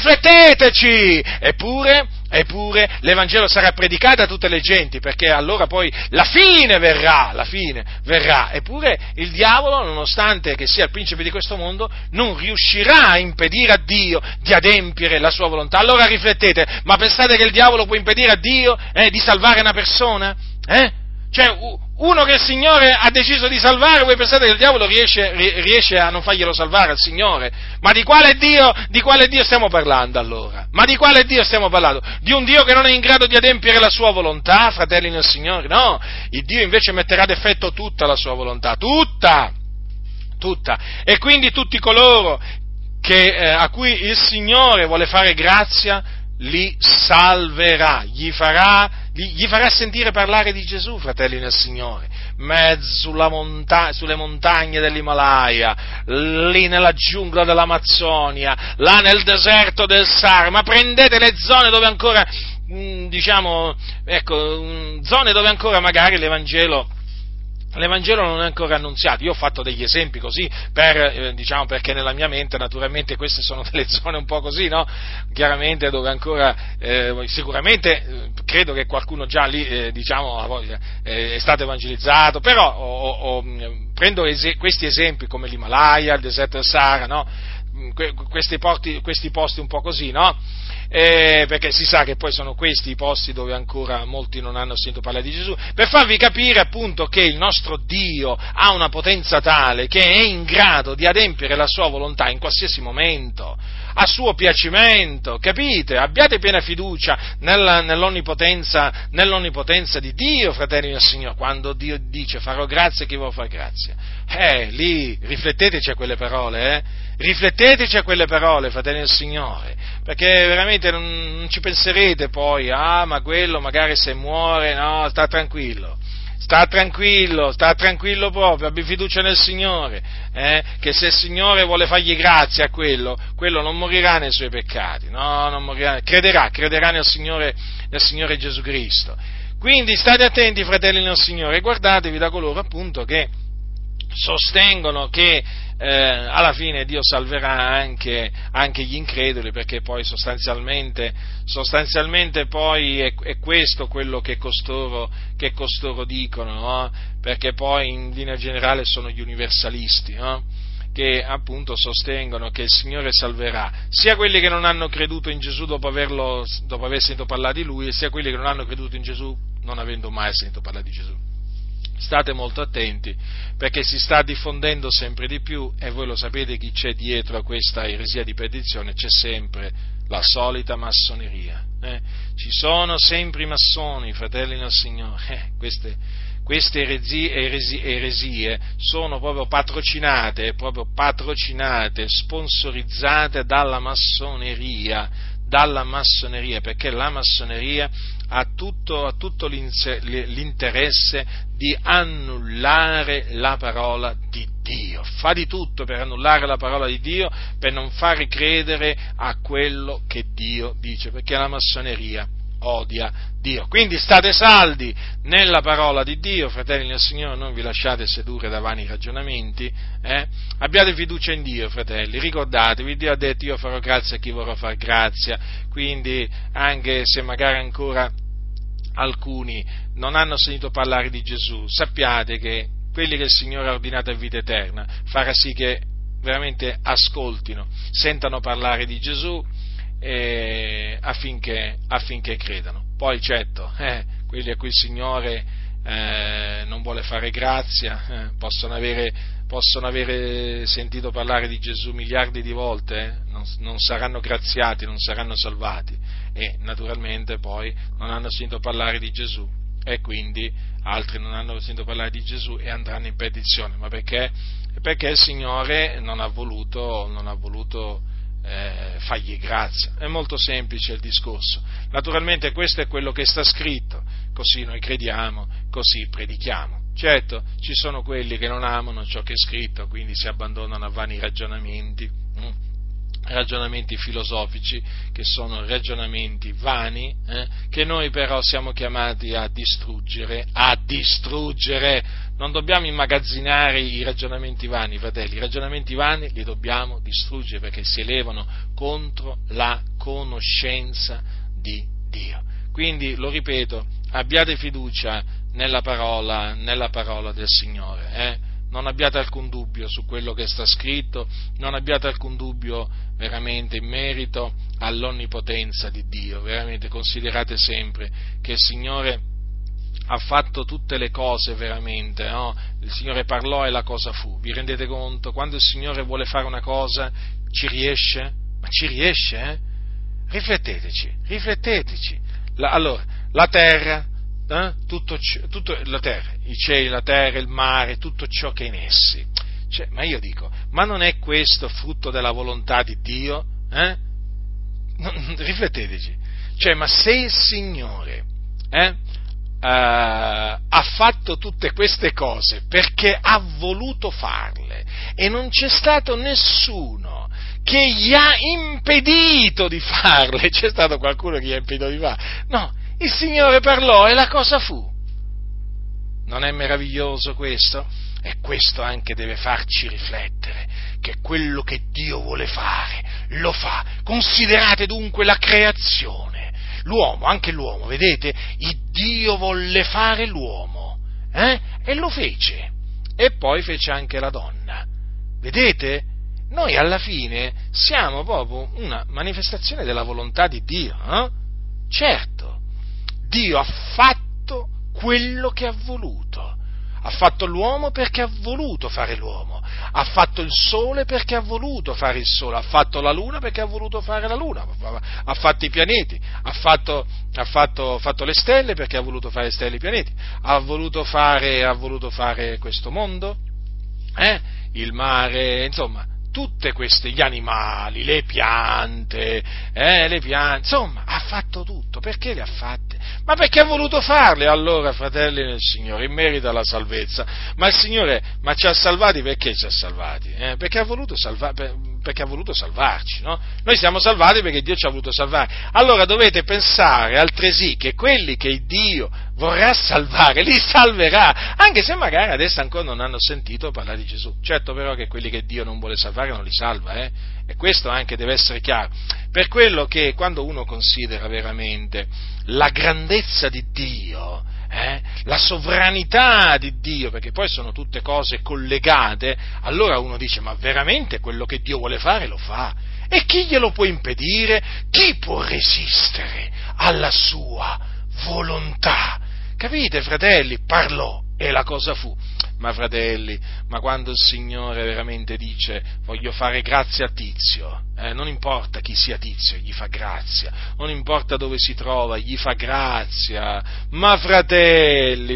Eppure l'Evangelo sarà predicato a tutte le genti, perché allora poi la fine verrà. Eppure il diavolo, nonostante che sia il principe di questo mondo, non riuscirà a impedire a Dio di adempiere la sua volontà. Allora riflettete: ma pensate che il diavolo può impedire a Dio di salvare una persona? Cioè, uno che il Signore ha deciso di salvare, voi pensate che il diavolo riesce a non farglielo salvare al Signore? Ma di quale Dio stiamo parlando allora? Ma di quale Dio stiamo parlando? Di un Dio che non è in grado di adempiere la sua volontà, fratelli nel Signore? No, il Dio invece metterà ad effetto tutta la sua volontà, tutta! E quindi tutti coloro a cui il Signore vuole fare grazia, li salverà, gli farà sentire parlare di Gesù, fratelli nel Signore, sulle montagne dell'Himalaya, lì nella giungla dell'Amazzonia, là nel deserto del Sahara. Ma prendete le zone dove ancora, zone dove ancora magari l'Evangelo non è ancora annunziato. Io ho fatto degli esempi così perché nella mia mente naturalmente queste sono delle zone un po' così, no? Chiaramente dove ancora sicuramente credo che qualcuno già lì è stato evangelizzato, però prendo questi esempi come l'Himalaya, il deserto del Sahara, no? Questi posti un po' così, no? Perché si sa che poi sono questi i posti dove ancora molti non hanno sentito parlare di Gesù, per farvi capire appunto che il nostro Dio ha una potenza tale che è in grado di adempiere la sua volontà in qualsiasi momento, a suo piacimento, capite? Abbiate piena fiducia nell'onnipotenza di Dio, fratelli del Signore. Quando Dio dice farò grazia a chi vuole far grazia, lì rifletteteci a quelle parole, fratelli del Signore, perché veramente non ci penserete poi: ma quello magari se muore, no, sta tranquillo proprio, abbi fiducia nel Signore, che se il Signore vuole fargli grazia a quello non morirà nei suoi peccati, no, non morirà, crederà nel Signore Gesù Cristo. Quindi state attenti, fratelli nel Signore, e guardatevi da coloro appunto che sostengono che alla fine Dio salverà anche gli increduli, perché poi sostanzialmente poi è questo quello che costoro dicono, no? Perché poi in linea generale sono gli universalisti, no? Che appunto sostengono che il Signore salverà sia quelli che non hanno creduto in Gesù dopo aver sentito parlare di Lui, sia quelli che non hanno creduto in Gesù non avendo mai sentito parlare di Gesù. State molto attenti, perché si sta diffondendo sempre di più, e voi lo sapete chi c'è dietro a questa eresia di perdizione: c'è sempre la solita massoneria. Ci sono sempre i massoni, fratelli nel Signore. Queste eresie sono proprio patrocinate, sponsorizzate dalla massoneria, perché la massoneria ha tutto l'interesse di annullare la parola di Dio, fa di tutto per annullare la parola di Dio, per non far credere a quello che Dio dice, perché la massoneria odia Dio. Quindi state saldi nella parola di Dio, fratelli nel Signore, non vi lasciate sedurre da vani ragionamenti, abbiate fiducia in Dio, fratelli, ricordatevi, Dio ha detto: io farò grazia a chi vorrà far grazia, quindi anche se magari ancora alcuni non hanno sentito parlare di Gesù, sappiate che quelli che il Signore ha ordinato a vita eterna farà sì che veramente ascoltino, sentano parlare di Gesù affinché credano. Poi certo, quelli a cui il Signore non vuole fare grazia, possono avere sentito parlare di Gesù miliardi di volte, non saranno graziati, non saranno salvati, e naturalmente poi non hanno sentito parlare di Gesù, e quindi altri non hanno sentito parlare di Gesù e andranno in perdizione. Ma perché? Perché il Signore non ha voluto fargli grazia. È molto semplice il discorso. Naturalmente questo è quello che sta scritto, così noi crediamo, così predichiamo. Certo, ci sono quelli che non amano ciò che è scritto, quindi si abbandonano a vani ragionamenti filosofici, che sono ragionamenti vani, che noi però siamo chiamati a distruggere. Non dobbiamo immagazzinare i ragionamenti vani, fratelli. I ragionamenti vani li dobbiamo distruggere, perché si elevano contro la conoscenza di Dio. Quindi, lo ripeto, abbiate fiducia nella parola del Signore, Non abbiate alcun dubbio su quello che sta scritto, non abbiate alcun dubbio veramente in merito all'onnipotenza di Dio. Veramente considerate sempre che il Signore ha fatto tutte le cose veramente, no? Il Signore parlò e la cosa fu. Vi rendete conto? Quando il Signore vuole fare una cosa, ci riesce? Ma ci riesce, Rifletteteci. Allora, la terra, tutto, la terra, i cieli, la terra, il mare, tutto ciò che è in essi. Ma io dico, ma non è questo frutto della volontà di Dio? Rifletteteci. Ma se il Signore ha fatto tutte queste cose perché ha voluto farle, e non c'è stato nessuno che gli ha impedito di farle, c'è stato qualcuno che gli ha impedito di farle? No, il Signore parlò e la cosa fu. Non è meraviglioso questo? E questo anche deve farci riflettere, che quello che Dio vuole fare, lo fa. Considerate dunque la creazione, l'uomo, anche l'uomo, vedete? Il Dio volle fare l'uomo, e lo fece, e poi fece anche la donna. Vedete? Noi alla fine siamo proprio una manifestazione della volontà di Dio, Certo, Dio ha fatto quello che ha voluto. Ha fatto l'uomo perché ha voluto fare l'uomo, ha fatto il sole perché ha voluto fare il sole, ha fatto la luna perché ha voluto fare la luna, ha fatto i pianeti, ha fatto le stelle perché ha voluto fare le stelle e i pianeti, ha voluto fare questo mondo, il mare, insomma, tutte queste, gli animali, le piante, insomma, ha fatto tutto. Perché le ha fatte? Ma perché ha voluto farle? Allora, fratelli nel Signore, in merito alla salvezza, ma il Signore, ci ha salvati, perché ci ha salvati? Perché ha voluto salvarci, no? Noi siamo salvati perché Dio ci ha voluto salvare. Allora dovete pensare altresì che quelli che Dio vorrà salvare, li salverà, anche se magari adesso ancora non hanno sentito parlare di Gesù. Certo però che quelli che Dio non vuole salvare non li salva, e questo anche deve essere chiaro. Per quello che quando uno considera veramente la grandezza di Dio, la sovranità di Dio, perché poi sono tutte cose collegate, allora uno dice, ma veramente quello che Dio vuole fare lo fa, e chi glielo può impedire? Chi può resistere alla sua volontà? Capite, fratelli? Parlò e la cosa fu. Ma fratelli, ma quando il Signore veramente dice voglio fare grazia a Tizio, non importa chi sia Tizio, gli fa grazia, non importa dove si trova, gli fa grazia. Ma fratelli,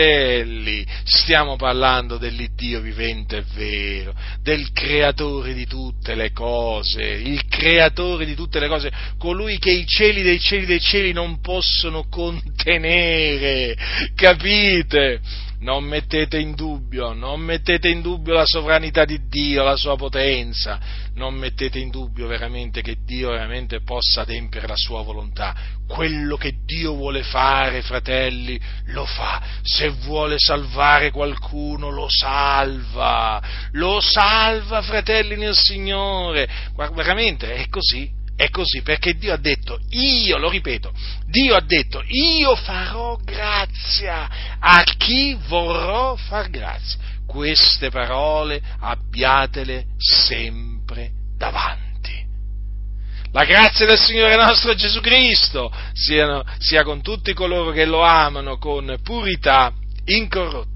stiamo parlando dell'Iddio vivente e vero, del creatore di tutte le cose, il creatore di tutte le cose, colui che i cieli dei cieli non possono contenere, capite? Non mettete in dubbio la sovranità di Dio, la sua potenza, non mettete in dubbio veramente che Dio veramente possa adempiere la sua volontà. Quello che Dio vuole fare, fratelli, lo fa. Se vuole salvare qualcuno, lo salva, fratelli nel Signore. Veramente è così. è così perché Dio ha detto, lo ripeto, Dio ha detto, io farò grazia a chi vorrò far grazia. Queste parole abbiatele sempre davanti. La grazia del Signore nostro Gesù Cristo sia con tutti coloro che lo amano con purità incorrotta.